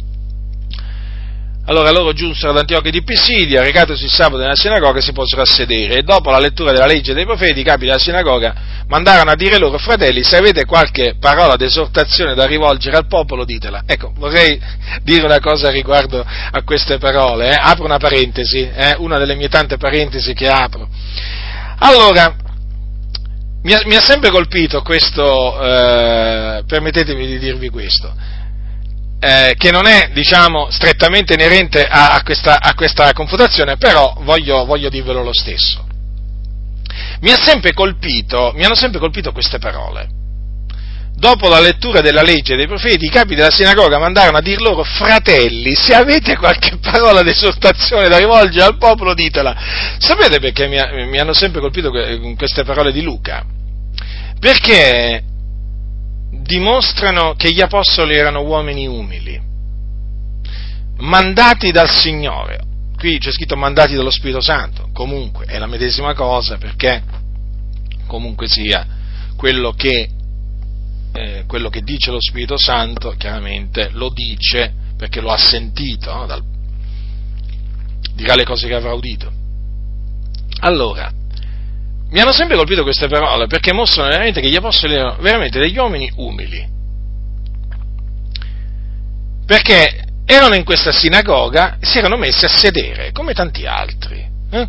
allora loro giunsero ad Antiochia di Pisidia, recatosi il sabato nella sinagoga, si posero a sedere, e dopo la lettura della legge dei profeti, i capi della sinagoga mandarono a dire loro: fratelli, se avete qualche parola d'esortazione da rivolgere al popolo, ditela. Ecco, vorrei dire una cosa riguardo a queste parole, eh? Apro una parentesi, eh? una delle mie tante parentesi che apro. Allora, mi ha, mi ha sempre colpito questo, eh, permettetemi di dirvi questo, Eh, che non è, diciamo, strettamente inerente a, a, questa, a questa confutazione, però voglio, voglio dirvelo lo stesso. Mi ha sempre colpito, mi hanno sempre colpito queste parole. Dopo la lettura della legge dei profeti, i capi della sinagoga mandarono a dir loro: fratelli, se avete qualche parola d'esortazione da rivolgere al popolo, ditela. Sapete perché mi, ha, mi hanno sempre colpito queste parole di Luca? Perché dimostrano che gli apostoli erano uomini umili, mandati dal Signore. Qui c'è scritto mandati dallo Spirito Santo, comunque è la medesima cosa, perché comunque sia quello che, eh, quello che dice lo Spirito Santo chiaramente lo dice perché lo ha sentito, no? Dal, dirà le cose che avrà udito. Allora, mi hanno sempre colpito queste parole perché mostrano veramente che gli apostoli erano veramente degli uomini umili. perché erano in questa sinagoga e si erano messi a sedere, come tanti altri. Eh?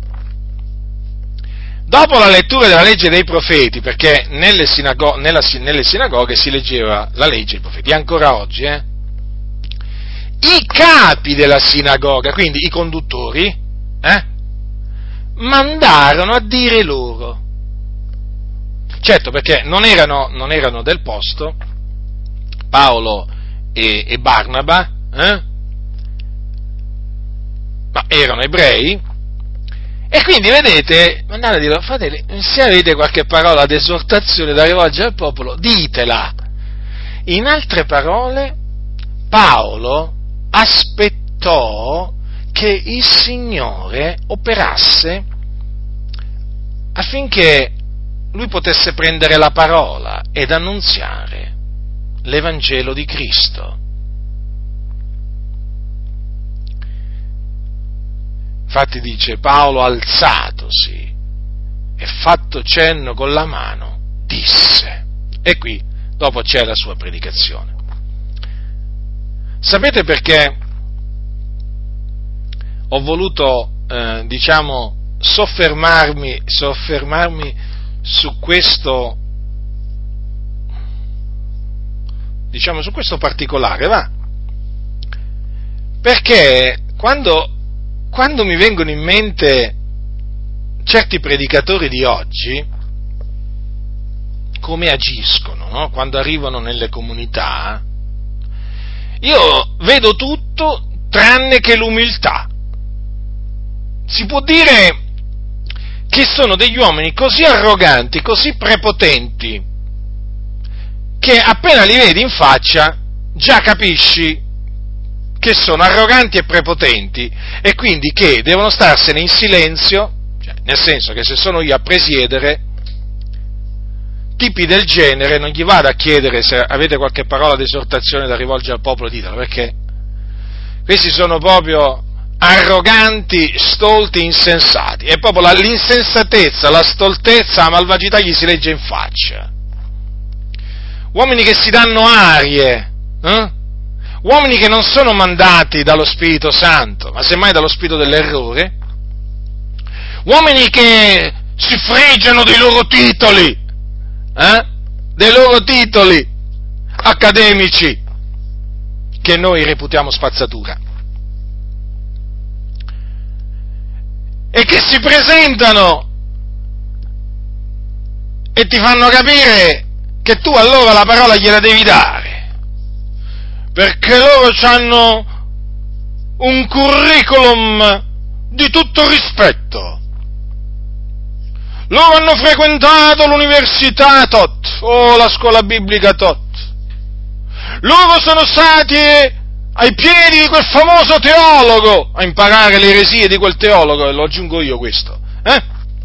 Dopo la lettura della legge dei profeti, perché nelle, sinago- nella, nelle sinagoghe si leggeva la legge dei profeti, ancora oggi, eh? I capi della sinagoga, quindi i conduttori, eh? mandarono a dire loro, certo perché non erano, non erano del posto, Paolo e, e Barnaba, eh? ma erano ebrei, e quindi vedete, mandate a dire, fratelli, se avete qualche parola d'esortazione da rivolgere al popolo, ditela. In altre parole, Paolo aspettò che il Signore operasse affinché lui potesse prendere la parola ed annunziare l'Evangelo di Cristo. Infatti dice, Paolo alzatosi e fatto cenno con la mano, disse. E qui, dopo c'è la sua predicazione. Sapete perché ho voluto, eh, diciamo, soffermarmi, soffermarmi su questo, diciamo, su questo particolare, va? Perché quando, quando mi vengono in mente certi predicatori di oggi, come agiscono, no? Quando arrivano nelle comunità, io vedo tutto tranne che l'umiltà. Si può dire che sono degli uomini così arroganti, così prepotenti, che appena li vedi in faccia già capisci che sono arroganti e prepotenti e quindi che devono starsene in silenzio, cioè, nel senso che se sono io a presiedere, tipi del genere non gli vado a chiedere se avete qualche parola di esortazione da rivolgere al popolo, ditelo, perché questi sono proprio arroganti, stolti, insensati, e proprio la, l'insensatezza, la stoltezza, la malvagità gli si legge in faccia. Uomini che si danno arie, eh? Uomini che non sono mandati dallo Spirito Santo, ma semmai dallo spirito dell'errore, uomini che si fregiano dei loro titoli, eh? dei loro titoli accademici, che noi reputiamo spazzatura, e che si presentano e ti fanno capire che tu allora la parola gliela devi dare, perché loro hanno un curriculum di tutto rispetto. Loro hanno frequentato l'università tot, o la scuola biblica tot. Loro sono stati ai piedi di quel famoso teologo a imparare le eresie di quel teologo, e lo aggiungo io questo, eh?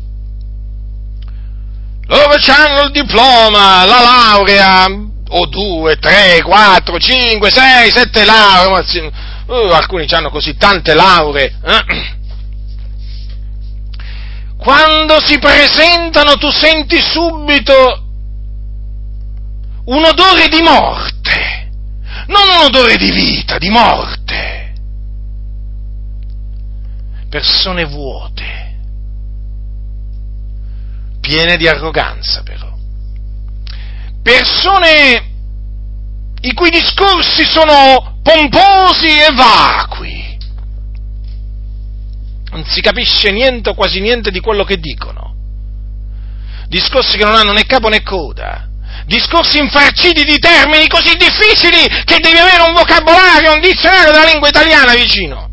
Loro hanno il diploma, la laurea, o due, tre, quattro, cinque, sei, sette lauree, uh, alcuni hanno così tante lauree, eh? Quando si presentano tu senti subito un odore di morte, non un odore di vita, di morte. Persone vuote, piene di arroganza però. Persone i cui discorsi sono pomposi e vacui. Non si capisce niente o quasi niente di quello che dicono. Discorsi che non hanno né capo né coda. Discorsi infarciti di termini così difficili che devi avere un vocabolario, un dizionario della lingua italiana vicino.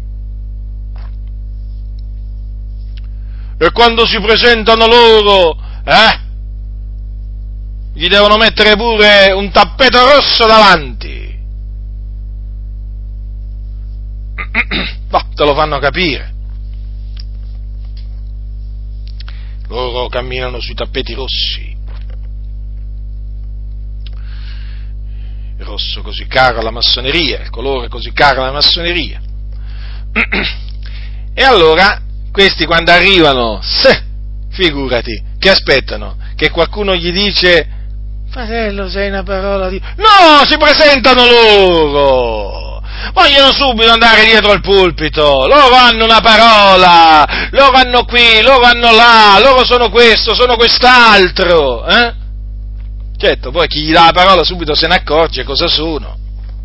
E quando si presentano loro, eh, gli devono mettere pure un tappeto rosso davanti. No, te lo fanno capire. Loro camminano sui tappeti rossi. Il rosso così caro alla massoneria, il colore così caro alla massoneria. E allora, questi quando arrivano, se, figurati, che aspettano? Che qualcuno gli dice, fratello, sei una parola di... No, si presentano loro! Vogliono subito andare dietro al pulpito, loro hanno una parola, loro hanno qui, loro hanno là, loro sono questo, sono quest'altro, eh? Certo, poi chi gli dà la parola subito se ne accorge cosa sono.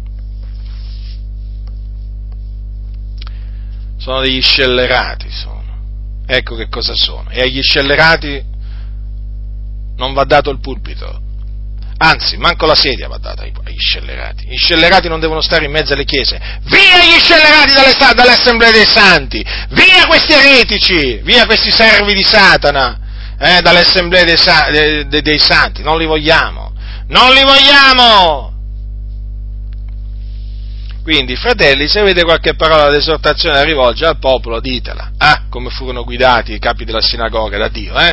Sono degli scellerati, sono. Ecco che cosa sono. E agli scellerati non va dato il pulpito. Anzi, manco la sedia va data agli scellerati. Gli scellerati non devono stare in mezzo alle chiese. Via gli scellerati dalle, dall'assemblea dei santi! Via questi eretici! Via questi servi di Satana! Eh, dall'assemblea dei, dei, dei, dei santi! Non li vogliamo! Non li vogliamo! Quindi, fratelli, se avete qualche parola d'esortazione da rivolgere al popolo, ditela. Ah, come furono guidati i capi della sinagoga da Dio, eh?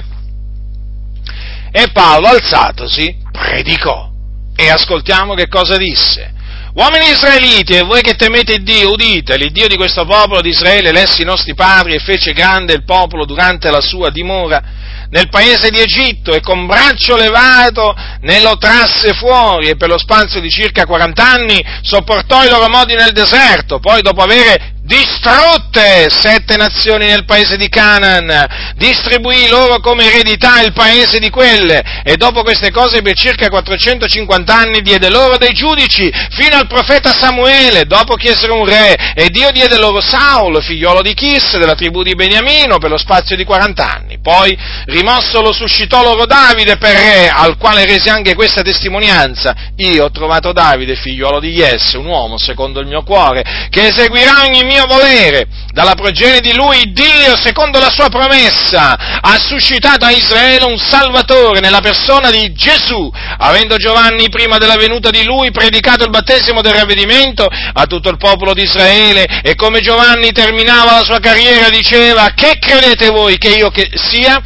E Paolo, alzatosi, predicò. E ascoltiamo che cosa disse. Uomini israeliti, e voi che temete Dio, udite, l'Iddio di questo popolo di Israele elesse i nostri padri e fece grande il popolo durante la sua dimora nel paese di Egitto, e con braccio levato ne lo trasse fuori, e per lo spazio di circa quaranta anni sopportò i loro modi nel deserto. Poi, dopo avere distrutte sette nazioni nel paese di Canaan, distribuì loro come eredità il paese di quelle, e dopo queste cose per circa quattrocentocinquanta anni diede loro dei giudici fino al profeta Samuele. Dopo chiesero un re, e Dio diede loro Saulo, figliolo di Chis, della tribù di Beniamino, per lo spazio di quaranta anni. Poi rimosso lo suscitò loro Davide per re, al quale rese anche questa testimonianza: io ho trovato Davide, figliolo di Jesse, un uomo secondo il mio cuore, che eseguirà ogni mio volere. Dalla progenie di lui Dio, secondo la sua promessa, ha suscitato a Israele un Salvatore nella persona di Gesù, avendo Giovanni prima della venuta di lui predicato il battesimo del ravvedimento a tutto il popolo di Israele. E come Giovanni terminava la sua carriera diceva: che credete voi che io che sia?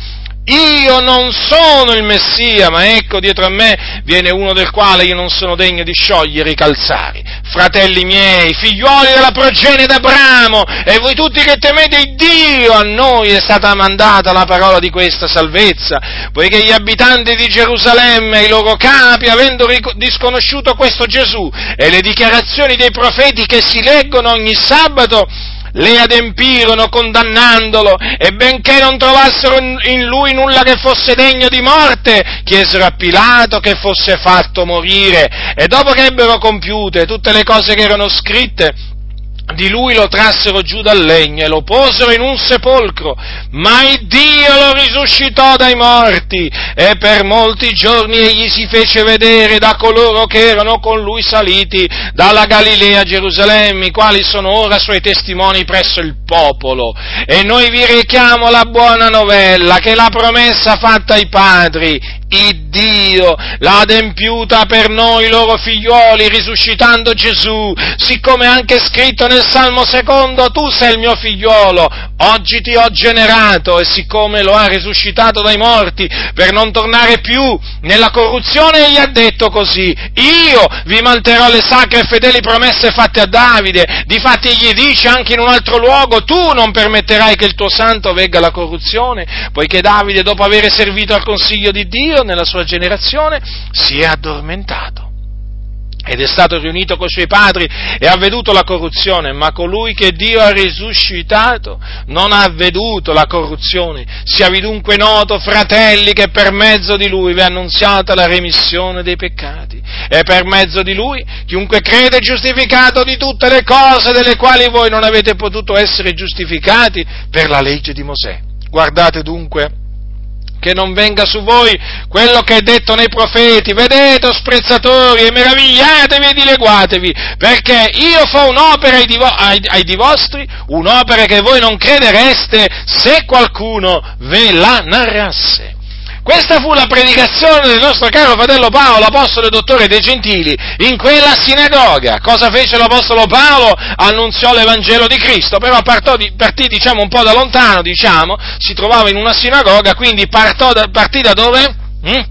Io non sono il Messia, ma ecco dietro a me viene uno del quale io non sono degno di sciogliere i calzari. Fratelli miei, figliuoli della progenie d'Abramo, e voi tutti che temete il Dio, a noi è stata mandata la parola di questa salvezza, poiché gli abitanti di Gerusalemme e i loro capi, avendo disconosciuto questo Gesù e le dichiarazioni dei profeti che si leggono ogni sabato, le adempirono condannandolo, e benché non trovassero in lui nulla che fosse degno di morte, chiesero a Pilato che fosse fatto morire, e dopo che ebbero compiute tutte le cose che erano scritte di lui, lo trassero giù dal legno e lo posero in un sepolcro, ma il Dio lo risuscitò dai morti, e per molti giorni egli si fece vedere da coloro che erano con lui saliti dalla Galilea a Gerusalemme, i quali sono ora suoi testimoni presso il popolo. E noi vi rechiamo la buona novella, che la promessa fatta ai padri il Dio l'ha adempiuta per noi loro figliuoli, risuscitando Gesù, siccome anche scritto nel Salmo secondo: tu sei il mio figliuolo, oggi ti ho generato. E siccome lo ha risuscitato dai morti per non tornare più nella corruzione, egli ha detto così: io vi manterrò le sacre e fedeli promesse fatte a Davide. Difatti egli dice anche in un altro luogo: tu non permetterai che il tuo santo vegga alla corruzione, poiché Davide, dopo aver servito al consiglio di Dio nella sua generazione, si è addormentato ed è stato riunito coi suoi padri e ha veduto la corruzione, ma colui che Dio ha risuscitato non ha veduto la corruzione. Siavi dunque noto, fratelli, che per mezzo di lui vi è annunziata la remissione dei peccati, e per mezzo di lui chiunque crede è giustificato di tutte le cose delle quali voi non avete potuto essere giustificati per la legge di Mosè. Guardate dunque che non venga su voi quello che è detto nei profeti: vedete, o sprezzatori, e meravigliatevi e dileguatevi, perché io fo un'opera ai di, vo- ai, ai di vostri, un'opera che voi non credereste se qualcuno ve la narrasse. Questa fu la predicazione del nostro caro fratello Paolo, apostolo e dottore dei gentili, in quella sinagoga. Cosa fece l'apostolo Paolo? Annunziò l'Evangelo di Cristo, però partò di, partì diciamo un po' da lontano, diciamo, si trovava in una sinagoga, quindi partò da, partì da dove? Hm?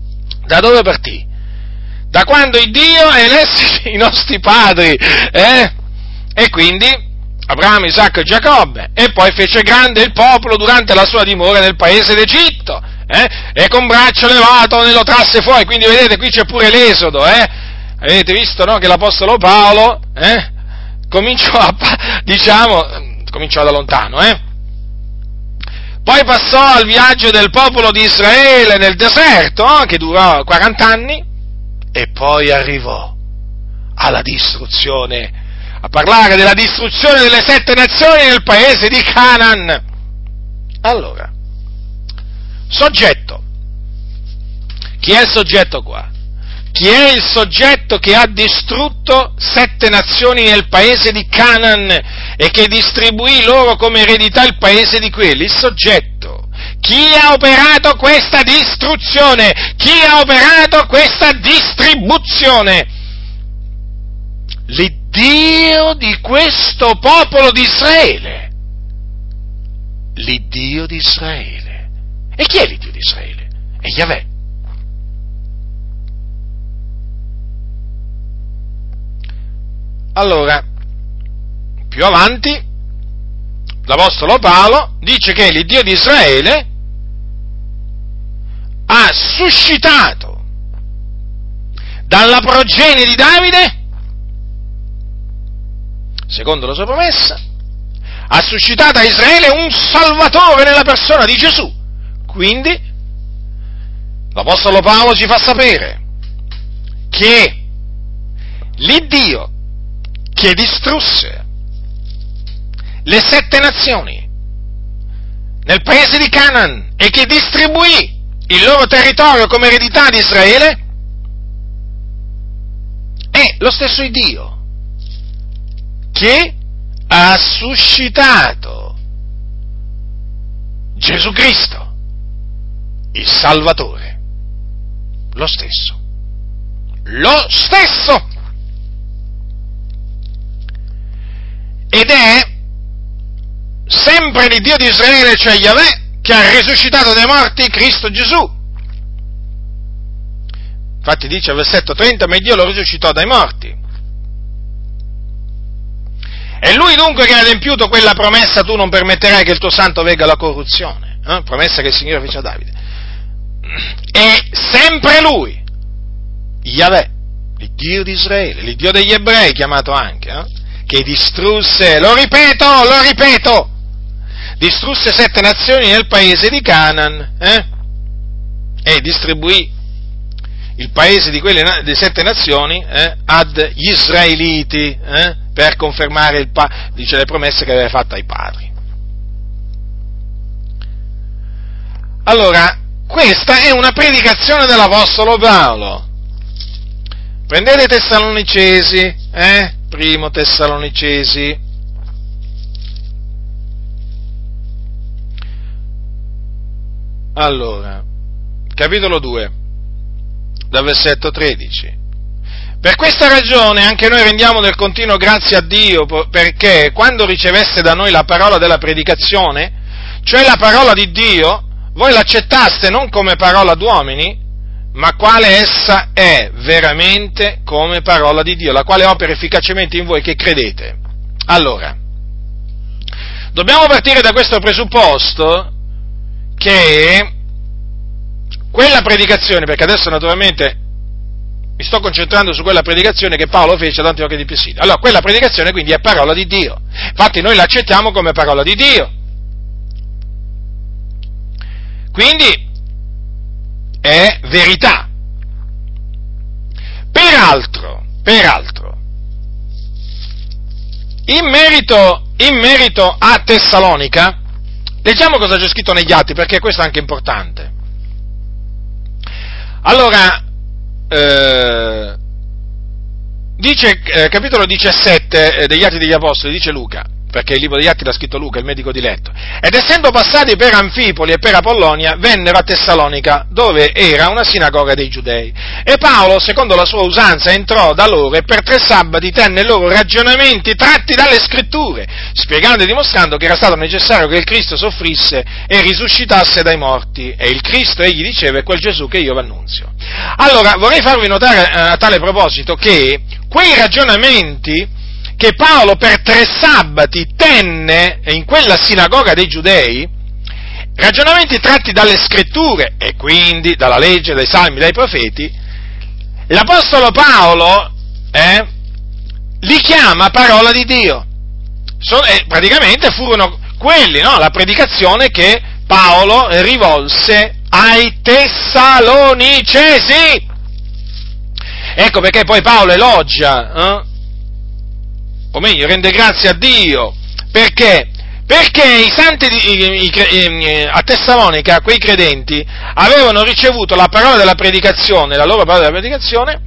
Da dove partì? Da quando il Dio elesse i nostri padri, eh? E quindi Abramo, Isacco e Giacobbe, e poi fece grande il popolo durante la sua dimora nel paese d'Egitto. eh? E con braccio levato ne lo trasse fuori, quindi vedete, qui c'è pure l'Esodo, eh? Avete visto, no, che l'Apostolo Paolo, eh? Cominciò a, diciamo, cominciò da lontano, eh? Poi passò al viaggio del popolo di Israele nel deserto, eh? Che durò quaranta anni, e poi arrivò alla distruzione, a parlare della distruzione delle sette nazioni nel paese di Canaan. Allora, soggetto. Chi è il soggetto qua? Chi è il soggetto che ha distrutto sette nazioni nel paese di Canaan e che distribuì loro come eredità il paese di quelli? Il soggetto. Chi ha operato questa distruzione? Chi ha operato questa distribuzione? L'Iddio di questo popolo di Israele. L'Iddio di Israele. E chi è l'Iddio di Israele? È Yahweh. Allora, più avanti, l'Apostolo Paolo dice che l'Iddio di Israele ha suscitato dalla progenie di Davide, secondo la sua promessa, ha suscitato a Israele un Salvatore nella persona di Gesù. Quindi, l'Apostolo Paolo ci fa sapere che l'Iddio che distrusse le sette nazioni nel paese di Canaan e che distribuì il loro territorio come eredità di Israele è lo stesso Iddio che ha suscitato Gesù Cristo, il Salvatore, lo stesso, lo stesso. Ed è sempre l'Iddio di Israele, cioè Yahweh, che ha risuscitato dai morti Cristo Gesù. Infatti dice al versetto trenta, ma Dio lo risuscitò dai morti. È Lui dunque che ha adempiuto quella promessa, tu non permetterai che il tuo santo vegga alla corruzione, eh? Promessa che il Signore fece a Davide. È sempre Lui, Yahweh, l'Iddio di Israele, l'Iddio degli ebrei chiamato anche, eh? Che distrusse, lo ripeto, lo ripeto, distrusse sette nazioni nel paese di Canaan, eh? E distribuì il paese di quelle di sette nazioni eh, ad gli israeliti, eh? Per confermare il pa- dice, le promesse che aveva fatto ai padri. Allora, questa è una predicazione dell'Apostolo Paolo. Prendete Tessalonicesi, eh? Primo Tessalonicesi, allora, capitolo due, dal versetto tredici. Per questa ragione anche noi rendiamo del continuo grazie a Dio, perché quando riceveste da noi la parola della predicazione, cioè la parola di Dio, voi l'accettaste non come parola d'uomini, ma quale essa è veramente come parola di Dio, la quale opera efficacemente in voi che credete. Allora, dobbiamo partire da questo presupposto che quella predicazione, perché adesso naturalmente mi sto concentrando su quella predicazione che Paolo fece ad Antiochia di Pisidia. Allora, quella predicazione quindi è parola di Dio, infatti noi l'accettiamo come parola di Dio. Quindi è verità. Peraltro, peraltro, in merito, in merito a Tessalonica, leggiamo cosa c'è scritto negli Atti, perché questo è anche importante. Allora, eh, dice, eh, capitolo diciassette eh, degli Atti degli Apostoli, dice Luca, perché il libro degli Atti l'ha scritto Luca, il medico diletto, ed essendo passati per Anfipoli e per Apollonia, vennero a Tessalonica, dove era una sinagoga dei Giudei. E Paolo, secondo la sua usanza, entrò da loro e per tre sabati tenne loro ragionamenti tratti dalle Scritture, spiegando e dimostrando che era stato necessario che il Cristo soffrisse e risuscitasse dai morti. E il Cristo, egli diceva, è quel Gesù che io v'annunzio. Allora, vorrei farvi notare eh, a tale proposito che quei ragionamenti che Paolo per tre sabati tenne in quella sinagoga dei Giudei, ragionamenti tratti dalle scritture e quindi dalla legge, dai salmi, dai profeti, l'Apostolo Paolo eh, li chiama parola di Dio. So, eh, praticamente furono quelli, no? La predicazione che Paolo rivolse ai Tessalonicesi. Ecco perché poi Paolo elogia, eh? o meglio, rende grazie a Dio. Perché? Perché i santi di, i, i, i, a Tessalonica, quei credenti, avevano ricevuto la parola della predicazione, la loro parola della predicazione,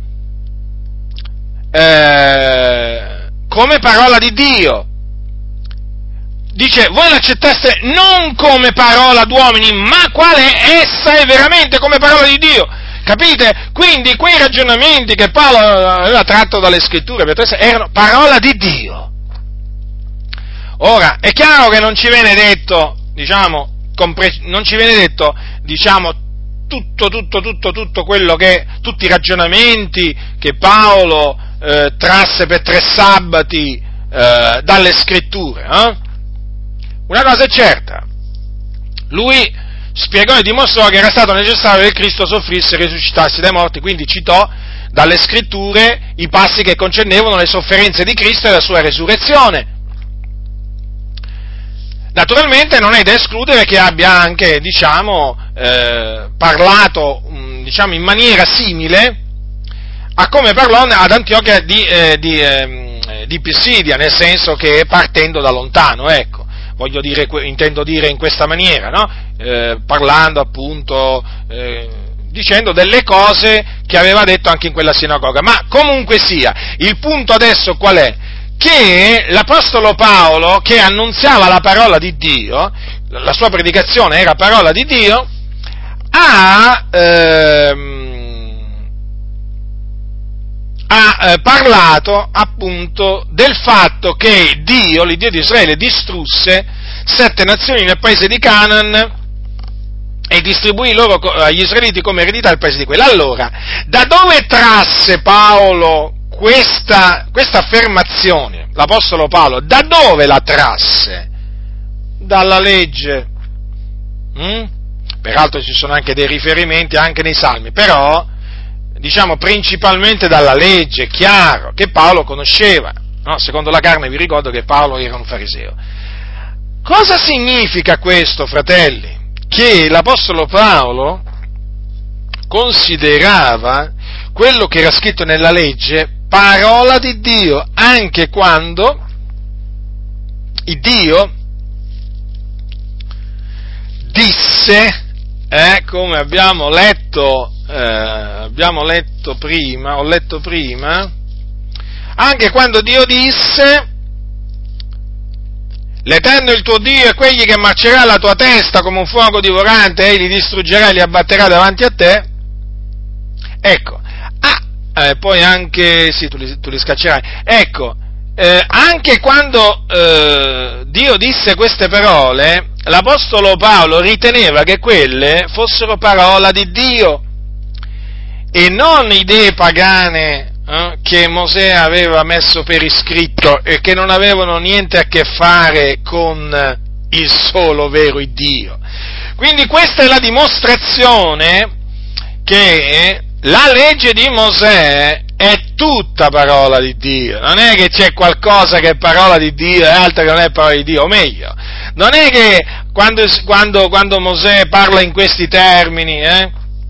eh, come parola di Dio. Dice, voi l'accettaste non come parola d'uomini, ma quale essa è veramente, come parola di Dio. Capite? Quindi quei ragionamenti che Paolo aveva tratto dalle scritture erano parola di Dio. Ora, è chiaro che non ci viene detto, diciamo, compre- non ci viene detto, diciamo, tutto, tutto, tutto, tutto quello che, tutti i ragionamenti che Paolo eh, trasse per tre sabati eh, dalle scritture, eh? Una cosa è certa, lui spiegò e dimostrò che era stato necessario che Cristo soffrisse e risuscitasse dai morti, quindi citò dalle scritture i passi che concernevano le sofferenze di Cristo e la sua resurrezione. Naturalmente non è da escludere che abbia anche, diciamo, eh, parlato, diciamo, in maniera simile a come parlò ad Antiochia di, eh, di, eh, di Pisidia, nel senso che partendo da lontano, ecco, voglio dire, intendo dire in questa maniera, no? Eh, parlando appunto, eh, dicendo delle cose che aveva detto anche in quella sinagoga, ma comunque sia, il punto adesso qual è? Che l'Apostolo Paolo, che annunziava la parola di Dio, la sua predicazione era parola di Dio, ha, ehm, ha eh, parlato appunto del fatto che Dio, l'Iddio di Israele, distrusse sette nazioni nel paese di Canaan e distribuì loro agli israeliti come eredità il paese di quella. Allora, da dove trasse Paolo questa, questa affermazione, l'Apostolo Paolo, da dove la trasse? Dalla legge. Mm? Peraltro ci sono anche dei riferimenti anche nei Salmi, però, diciamo, principalmente dalla legge, chiaro, che Paolo conosceva. No? Secondo la carne vi ricordo che Paolo era un fariseo. Cosa significa questo, fratelli? Che l'Apostolo Paolo considerava quello che era scritto nella legge parola di Dio, anche quando il Dio disse, eh, come abbiamo letto, eh, abbiamo letto prima, ho letto prima, anche quando Dio disse, l'Eterno il tuo Dio è quegli che marcerà alla tua testa come un fuoco divorante, e li distruggerà e li abbatterà davanti a te. Ecco, ah, eh, poi anche, sì, tu li, tu li scaccerai, ecco, eh, anche quando eh, Dio disse queste parole, l'Apostolo Paolo riteneva che quelle fossero parola di Dio, e non idee pagane eh, che Mosè aveva messo per iscritto e che non avevano niente a che fare con il solo vero Dio. Quindi questa è la dimostrazione che la legge di Mosè è tutta parola di Dio, non è che c'è qualcosa che è parola di Dio e altro che non è parola di Dio, o meglio, non è che quando, quando, quando Mosè parla in questi termini, eh,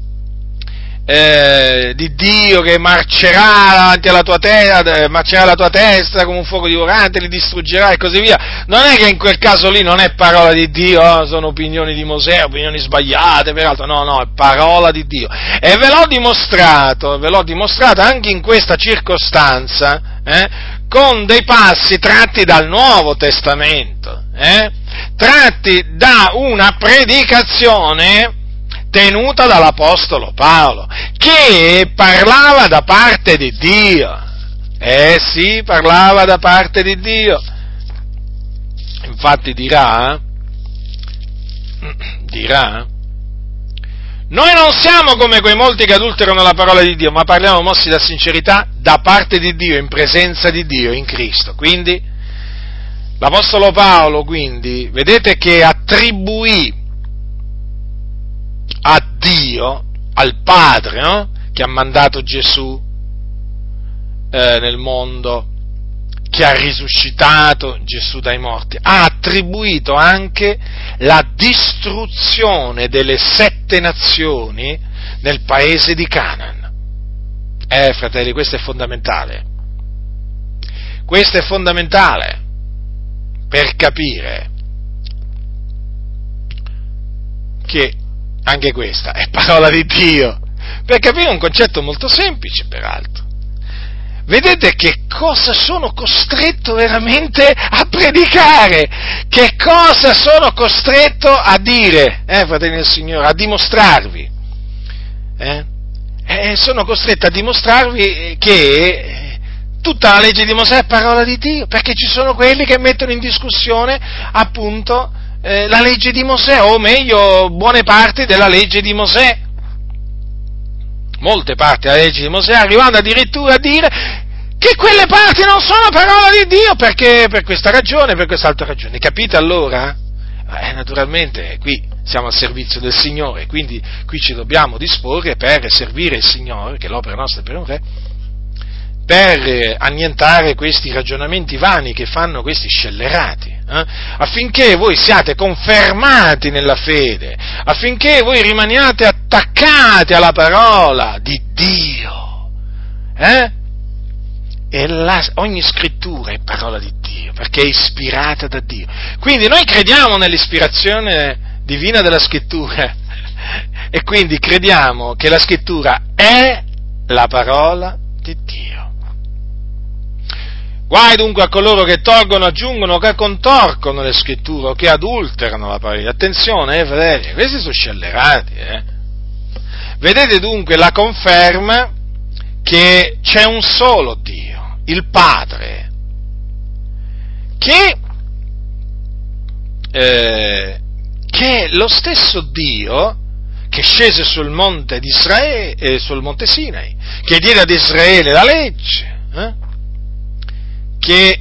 eh, di Dio che marcerà davanti alla tua testa, marcerà alla tua testa come un fuoco divorante, li distruggerà e così via, non è che in quel caso lì non è parola di Dio, oh, sono opinioni di Mosè, opinioni sbagliate, peraltro, no, no, è parola di Dio, e ve l'ho dimostrato, ve l'ho dimostrato anche in questa circostanza, eh, con dei passi tratti dal Nuovo Testamento, eh, tratti da una predicazione tenuta dall'Apostolo Paolo, che parlava da parte di Dio. Eh sì, parlava da parte di Dio. Infatti dirà, dirà, noi non siamo come quei molti che adulterano la parola di Dio, ma parliamo mossi da sincerità da parte di Dio, in presenza di Dio, in Cristo. Quindi, l'Apostolo Paolo, quindi, vedete che attribuì a Dio, al Padre, no? Che ha mandato Gesù eh, nel mondo, che ha risuscitato Gesù dai morti, ha attribuito anche la distruzione delle sette nazioni nel paese di Canaan. Eh, fratelli, questo è fondamentale. Questo è fondamentale per capire che anche questa è parola di Dio, per capire un concetto molto semplice, peraltro. Vedete che cosa sono costretto veramente a predicare? Che cosa sono costretto a dire, eh, fratelli del Signore, a dimostrarvi? Eh? Eh, sono costretto a dimostrarvi che tutta la legge di Mosè è parola di Dio, perché ci sono quelli che mettono in discussione appunto eh, la legge di Mosè, o meglio, buone parti della legge di Mosè. Molte parti della legge di Mosè, arrivando addirittura a dire che quelle parti non sono parola di Dio, perché per questa ragione, per quest'altra ragione. Capite allora? Eh, naturalmente qui siamo al servizio del Signore, quindi qui ci dobbiamo disporre per servire il Signore, che l'opera nostra è per un re, per annientare questi ragionamenti vani che fanno questi scellerati, eh? affinché voi siate confermati nella fede, affinché voi rimaniate attaccati alla parola di Dio, eh? E la, ogni scrittura è parola di Dio, perché è ispirata da Dio. Quindi noi crediamo nell'ispirazione divina della scrittura, e quindi crediamo che la scrittura è la parola di Dio. Guai dunque a coloro che tolgono, aggiungono, che contorcono le scritture o che adulterano la parola. Attenzione, eh, fratelli, questi sono scellerati. Eh. Vedete dunque la conferma che c'è un solo Dio, il Padre, che, eh, che è lo stesso Dio che scese sul monte di Israele, eh, sul monte Sinai, che diede ad Israele la legge, eh? che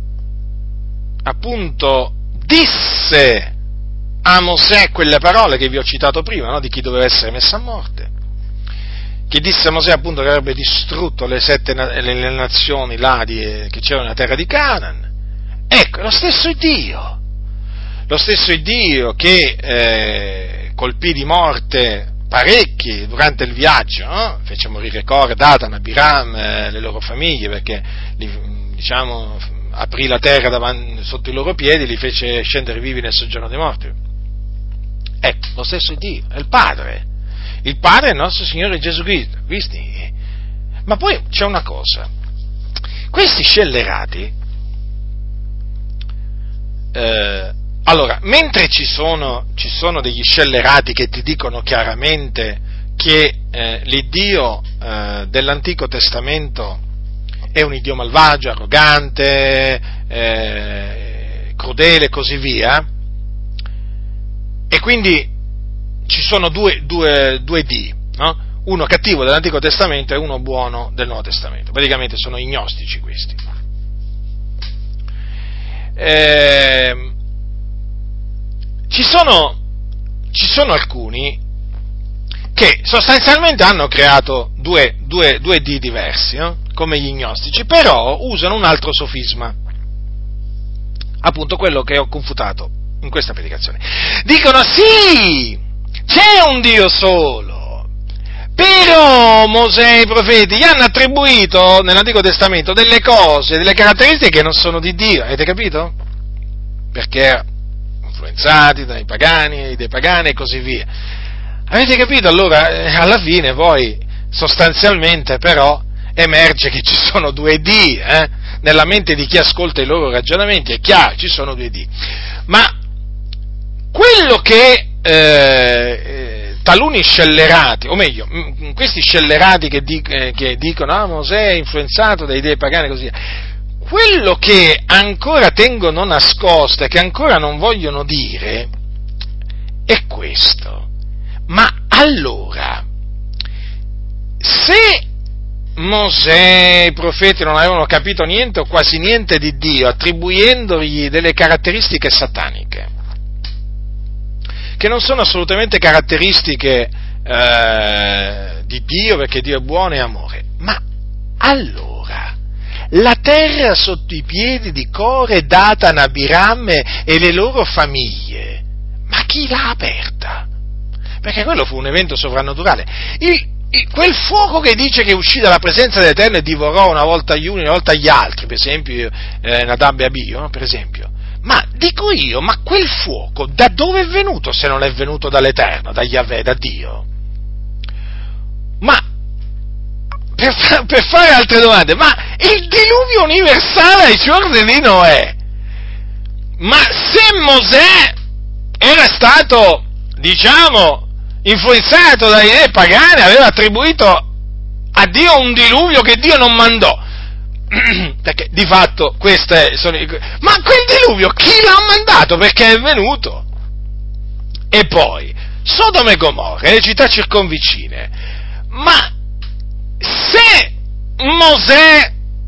appunto disse a Mosè quelle parole che vi ho citato prima, no? Di chi doveva essere messo a morte, che disse a Mosè appunto che avrebbe distrutto le sette le, le nazioni là di, che c'erano nella terra di Canaan. Ecco, lo stesso Dio, lo stesso Dio che eh, colpì di morte parecchi durante il viaggio, no? Fece morire Core, Datan, Abiram, eh, le loro famiglie, perché li, diciamo, aprì la terra davanti, sotto i loro piedi, li fece scendere vivi nel soggiorno dei morti. Ecco, lo stesso Dio, è il Padre, il Padre è il nostro Signore Gesù Cristo, visti? Ma poi c'è una cosa, questi scellerati, eh, allora, mentre ci sono, ci sono degli scellerati che ti dicono chiaramente che eh, l'Iddio eh, dell'Antico Testamento è un Iddio malvagio, arrogante, eh, crudele e così via, e quindi ci sono due, due, due Dii, no? Uno cattivo dell'Antico Testamento e uno buono del Nuovo Testamento, praticamente sono i gnostici questi. Eh, ci sono, ci sono alcuni che sostanzialmente hanno creato due, due, due Dii diversi, no? Come gli gnostici, però usano un altro sofisma, appunto quello che ho confutato in questa predicazione. Dicono sì, c'è un Dio solo, però Mosè e i profeti gli hanno attribuito nell'Antico Testamento delle cose, delle caratteristiche che non sono di Dio, avete capito? Perché influenzati dai pagani, dai pagani e così via. Avete capito? Allora, alla fine poi, sostanzialmente però, emerge che ci sono due Dii, eh? Nella mente di chi ascolta i loro ragionamenti è chiaro, ci sono due Dii. Ma quello che eh, taluni scellerati, o meglio, mh, questi scellerati che, dic- eh, che dicono ah, Mosè è influenzato dai dei pagani e così via, quello che ancora tengono nascosto e che ancora non vogliono dire è questo. Ma allora, se Mosè e i profeti non avevano capito niente o quasi niente di Dio, attribuendogli delle caratteristiche sataniche, che non sono assolutamente caratteristiche eh, di Dio, perché Dio è buono e amore. Ma allora, la terra sotto i piedi di Core, Datan, Abiram e le loro famiglie, ma chi l'ha aperta? Perché quello fu un evento sovrannaturale. Il, il, quel fuoco che dice che uscì dalla presenza dell'Eterno e divorò una volta gli uni, una volta gli altri, per esempio eh, Nadab e Abio, no? Per esempio. Ma dico io, ma quel fuoco da dove è venuto se non è venuto dall'Eterno, da Yahweh, da Dio? Ma per, per fare altre domande, ma il diluvio universale ai giorni di Noè, ma se Mosè era stato, diciamo, influenzato dai re pagani, aveva attribuito a Dio un diluvio che Dio non mandò, perché di fatto queste sono, ma quel diluvio chi l'ha mandato? Perché è venuto. E poi Sodoma e Gomorra, le città circonvicine, ma se Mosè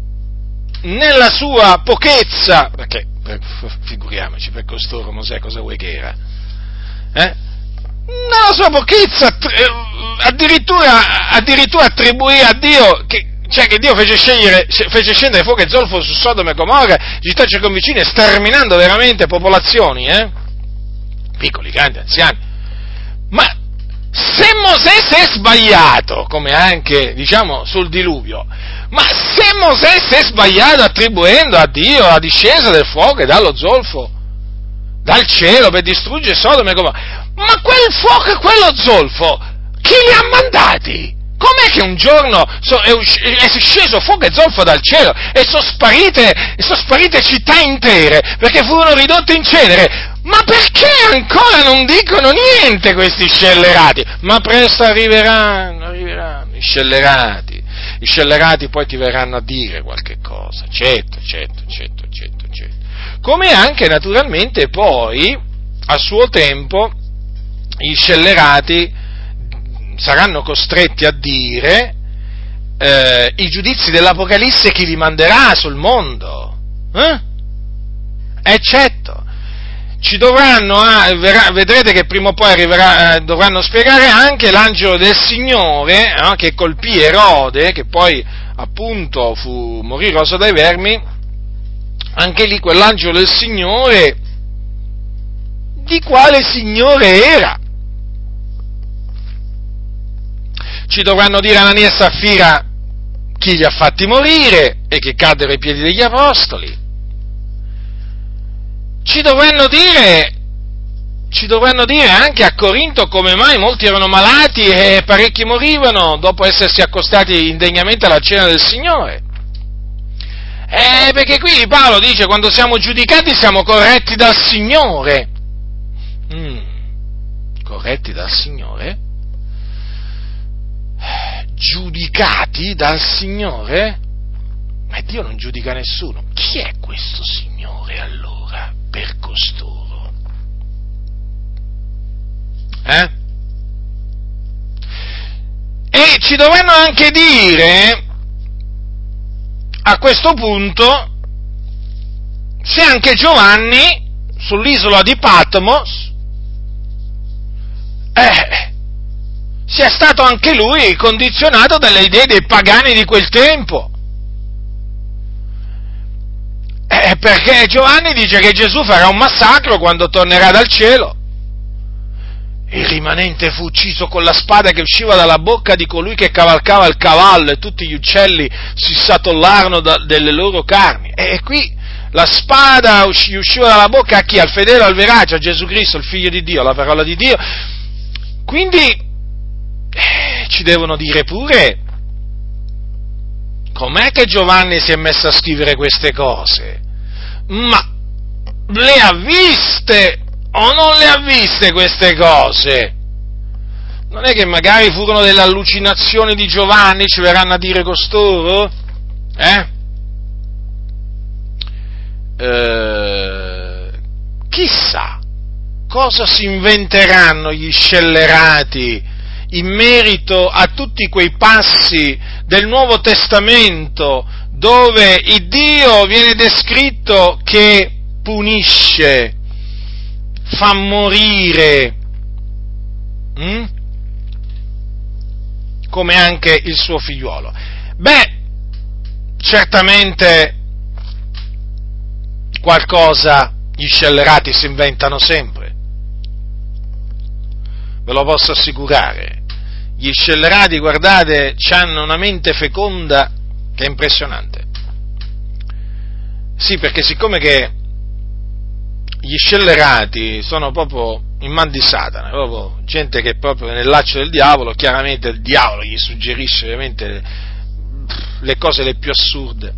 nella sua pochezza, perché figuriamoci, per costoro Mosè cosa vuoi che era? Eh? Nella sua pochezza addirittura, addirittura attribuì a Dio che, cioè che Dio fece, scegliere, fece scendere fuoco e zolfo su Sodoma e Gomorra, città circonvicine, sterminando veramente popolazioni, eh? Piccoli, grandi, anziani. Ma se Mosè si è sbagliato, come anche, diciamo, sul diluvio, ma se Mosè si è sbagliato attribuendo a Dio la discesa del fuoco e dallo zolfo dal cielo per distruggere Sodoma e Gomorra, ma quel fuoco e quello zolfo chi li ha mandati? Com'è che un giorno so, è, usci- è sceso fuoco e zolfo dal cielo e sono sparite, sono sparite città intere perché furono ridotte in cenere? Ma perché ancora non dicono niente questi scellerati? Ma presto arriveranno, arriveranno i scellerati, i scellerati poi ti verranno a dire qualche cosa, certo, certo, certo, certo, certo. Come anche naturalmente poi, a suo tempo, i scellerati saranno costretti a dire eh, i giudizi dell'Apocalisse chi li manderà sul mondo, eh? E certo, ci dovranno, eh, verrà, vedrete che prima o poi arriverà, eh, dovranno spiegare anche l'angelo del Signore, eh, che colpì Erode, che poi appunto fu morì roso dai vermi. Anche lì quell'angelo del Signore, di quale Signore era? Ci dovranno dire Anania e Saffira chi li ha fatti morire e che caddero ai piedi degli apostoli. Ci dovranno dire, ci dovranno dire anche a Corinto come mai molti erano malati e parecchi morivano dopo essersi accostati indegnamente alla cena del Signore. Eh, perché qui Paolo dice quando siamo giudicati siamo corretti dal Signore. Mm, corretti dal Signore? Giudicati dal Signore? Ma Dio non giudica nessuno. Chi è questo Signore allora per costoro? Eh? E ci dovranno anche dire a questo punto se anche Giovanni sull'isola di Patmos eh, sia stato anche lui condizionato dalle idee dei pagani di quel tempo. Eh, perché Giovanni dice che Gesù farà un massacro quando tornerà dal cielo. Il rimanente fu ucciso con la spada che usciva dalla bocca di colui che cavalcava il cavallo e tutti gli uccelli si satollarono da, delle loro carni. E qui la spada usci, usciva dalla bocca a chi? Al fedele, al verace, a Gesù Cristo, il Figlio di Dio, la parola di Dio. Quindi eh, ci devono dire pure com'è che Giovanni si è messo a scrivere queste cose? Ma le ha viste o non le ha viste queste cose? Non è che magari furono delle allucinazioni di Giovanni, ci verranno a dire costoro? Eh? Eh, chissà cosa si inventeranno gli scellerati in merito a tutti quei passi del Nuovo Testamento dove il Dio viene descritto che punisce, fa morire hm? come anche il suo figliuolo. Beh, certamente qualcosa gli scellerati si inventano sempre, ve lo posso assicurare. Gli scellerati, guardate, hanno una mente feconda che è impressionante. Sì, perché siccome che gli scellerati sono proprio in man di Satana, proprio gente che è proprio nel laccio del diavolo, chiaramente il diavolo gli suggerisce veramente le cose le più assurde.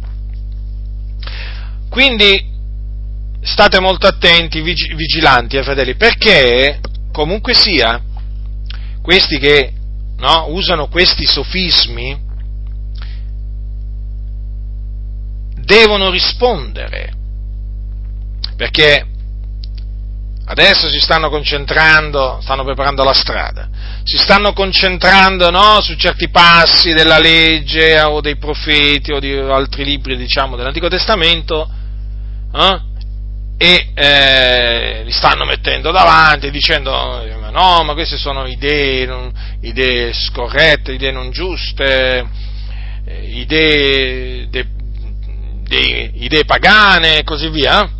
Quindi state molto attenti, vigilanti, eh, fratelli, perché comunque sia, questi che no, usano questi sofismi devono rispondere, perché adesso si stanno concentrando, stanno preparando la strada, si stanno concentrando no, su certi passi della legge o dei profeti o di altri libri, diciamo, dell'Antico Testamento, eh? e eh, li stanno mettendo davanti dicendo no, ma queste sono idee, non, idee scorrette, idee non giuste, idee, de, de, idee pagane e così via.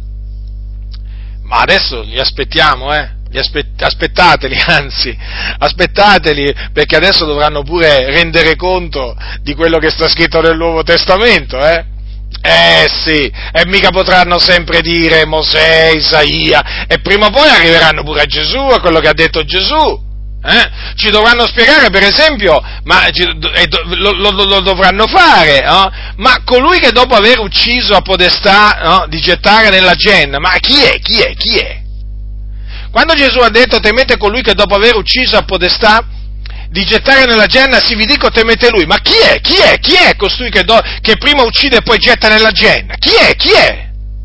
Ma adesso li aspettiamo, eh? Li aspett- aspettateli, anzi, aspettateli, perché adesso dovranno pure rendere conto di quello che sta scritto nel Nuovo Testamento, eh? Eh sì, e mica potranno sempre dire Mosè, Isaia, e prima o poi arriveranno pure a Gesù, a quello che ha detto Gesù, eh? Ci dovranno spiegare, per esempio, ma lo, lo, lo dovranno fare, no? Ma colui che dopo aver ucciso a podestà, no, di gettare nella genna, ma chi è, chi è, chi è? Quando Gesù ha detto temete colui che dopo aver ucciso a podestà di gettare nella genna, sì vi dico temete lui, ma chi è, chi è, chi è costui che, do, che prima uccide e poi getta nella genna? Chi è, chi è?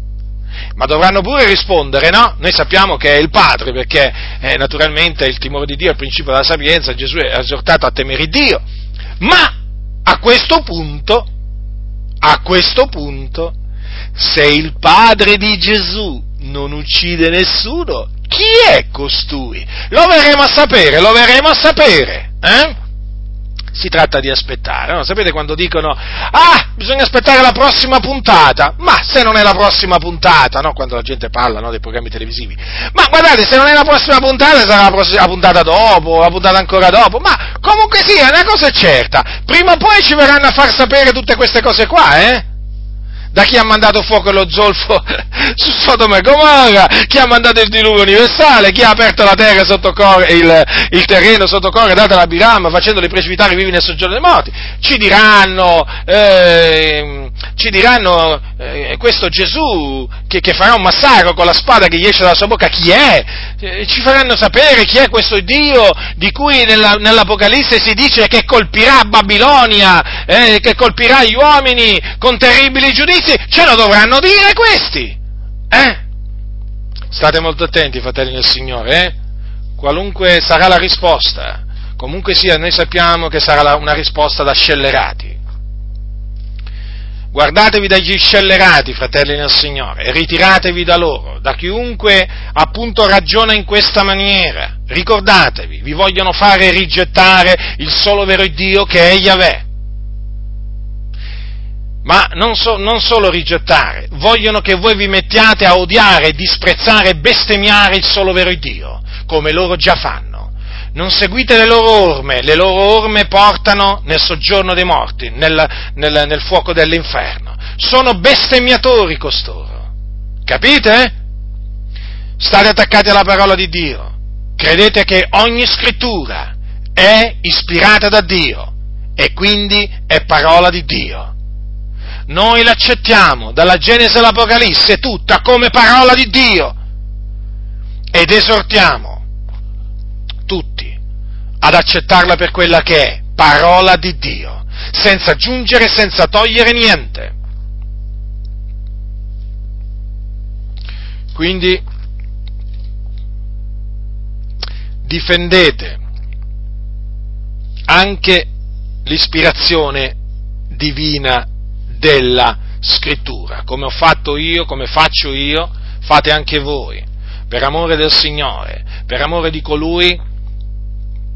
Ma dovranno pure rispondere, no? Noi sappiamo che è il Padre, perché eh, naturalmente il timore di Dio è il principio della sapienza, Gesù è esortato a temere Dio, ma a questo punto, a questo punto, se il Padre di Gesù non uccide nessuno, chi è costui? Lo verremo a sapere, lo verremo a sapere, eh? Si tratta di aspettare, no? Sapete quando dicono, ah, bisogna aspettare la prossima puntata, ma se non è la prossima puntata, no? Quando la gente parla, no, dei programmi televisivi, ma guardate, se non è la prossima puntata sarà la prossima puntata dopo, la puntata ancora dopo, ma comunque sia, una cosa è certa, prima o poi ci verranno a far sapere tutte queste cose qua, eh? Da chi ha mandato fuoco e lo zolfo su Sodoma e Gomorra, chi ha mandato il diluvio universale, chi ha aperto la terra sotto Core, il, il terreno sotto Core, data la Biram, facendoli precipitare vivi nel soggiorno dei morti, ci diranno, eh, ci diranno eh, questo Gesù che, che farà un massacro con la spada che gli esce dalla sua bocca, chi è? Eh, ci faranno sapere chi è questo Dio di cui nella, nell'Apocalisse si dice che colpirà Babilonia, eh, che colpirà gli uomini con terribili giudizi. Ce lo dovranno dire questi, eh? State molto attenti, fratelli del Signore, eh? Qualunque sarà la risposta, comunque sia, noi sappiamo che sarà una risposta da scellerati. Guardatevi dagli scellerati, fratelli del Signore, e ritiratevi da loro, da chiunque appunto ragiona in questa maniera. Ricordatevi, vi vogliono fare rigettare il solo vero Dio che è Yahweh. Ma non, so, non solo rigettare, vogliono che voi vi mettiate a odiare, disprezzare e bestemmiare il solo vero Dio, come loro già fanno. Non seguite le loro orme, le loro orme portano nel soggiorno dei morti, nel, nel, nel fuoco dell'inferno. Sono bestemmiatori costoro, capite? State attaccati alla parola di Dio, credete che ogni scrittura è ispirata da Dio e quindi è parola di Dio. Noi l'accettiamo dalla Genesi all'Apocalisse tutta come parola di Dio ed esortiamo tutti ad accettarla per quella che è, parola di Dio, senza aggiungere, senza togliere niente. Quindi difendete anche l'ispirazione divina della Scrittura, come ho fatto io, come faccio io, fate anche voi, per amore del Signore, per amore di colui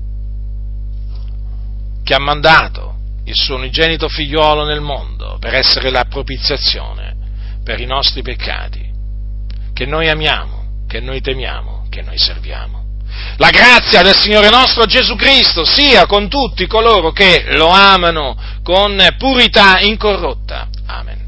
che ha mandato il suo unigenito figliuolo nel mondo per essere la propiziazione per i nostri peccati, che noi amiamo, che noi temiamo, che noi serviamo. La grazia del Signore nostro Gesù Cristo sia con tutti coloro che lo amano con purità incorrotta. Amen.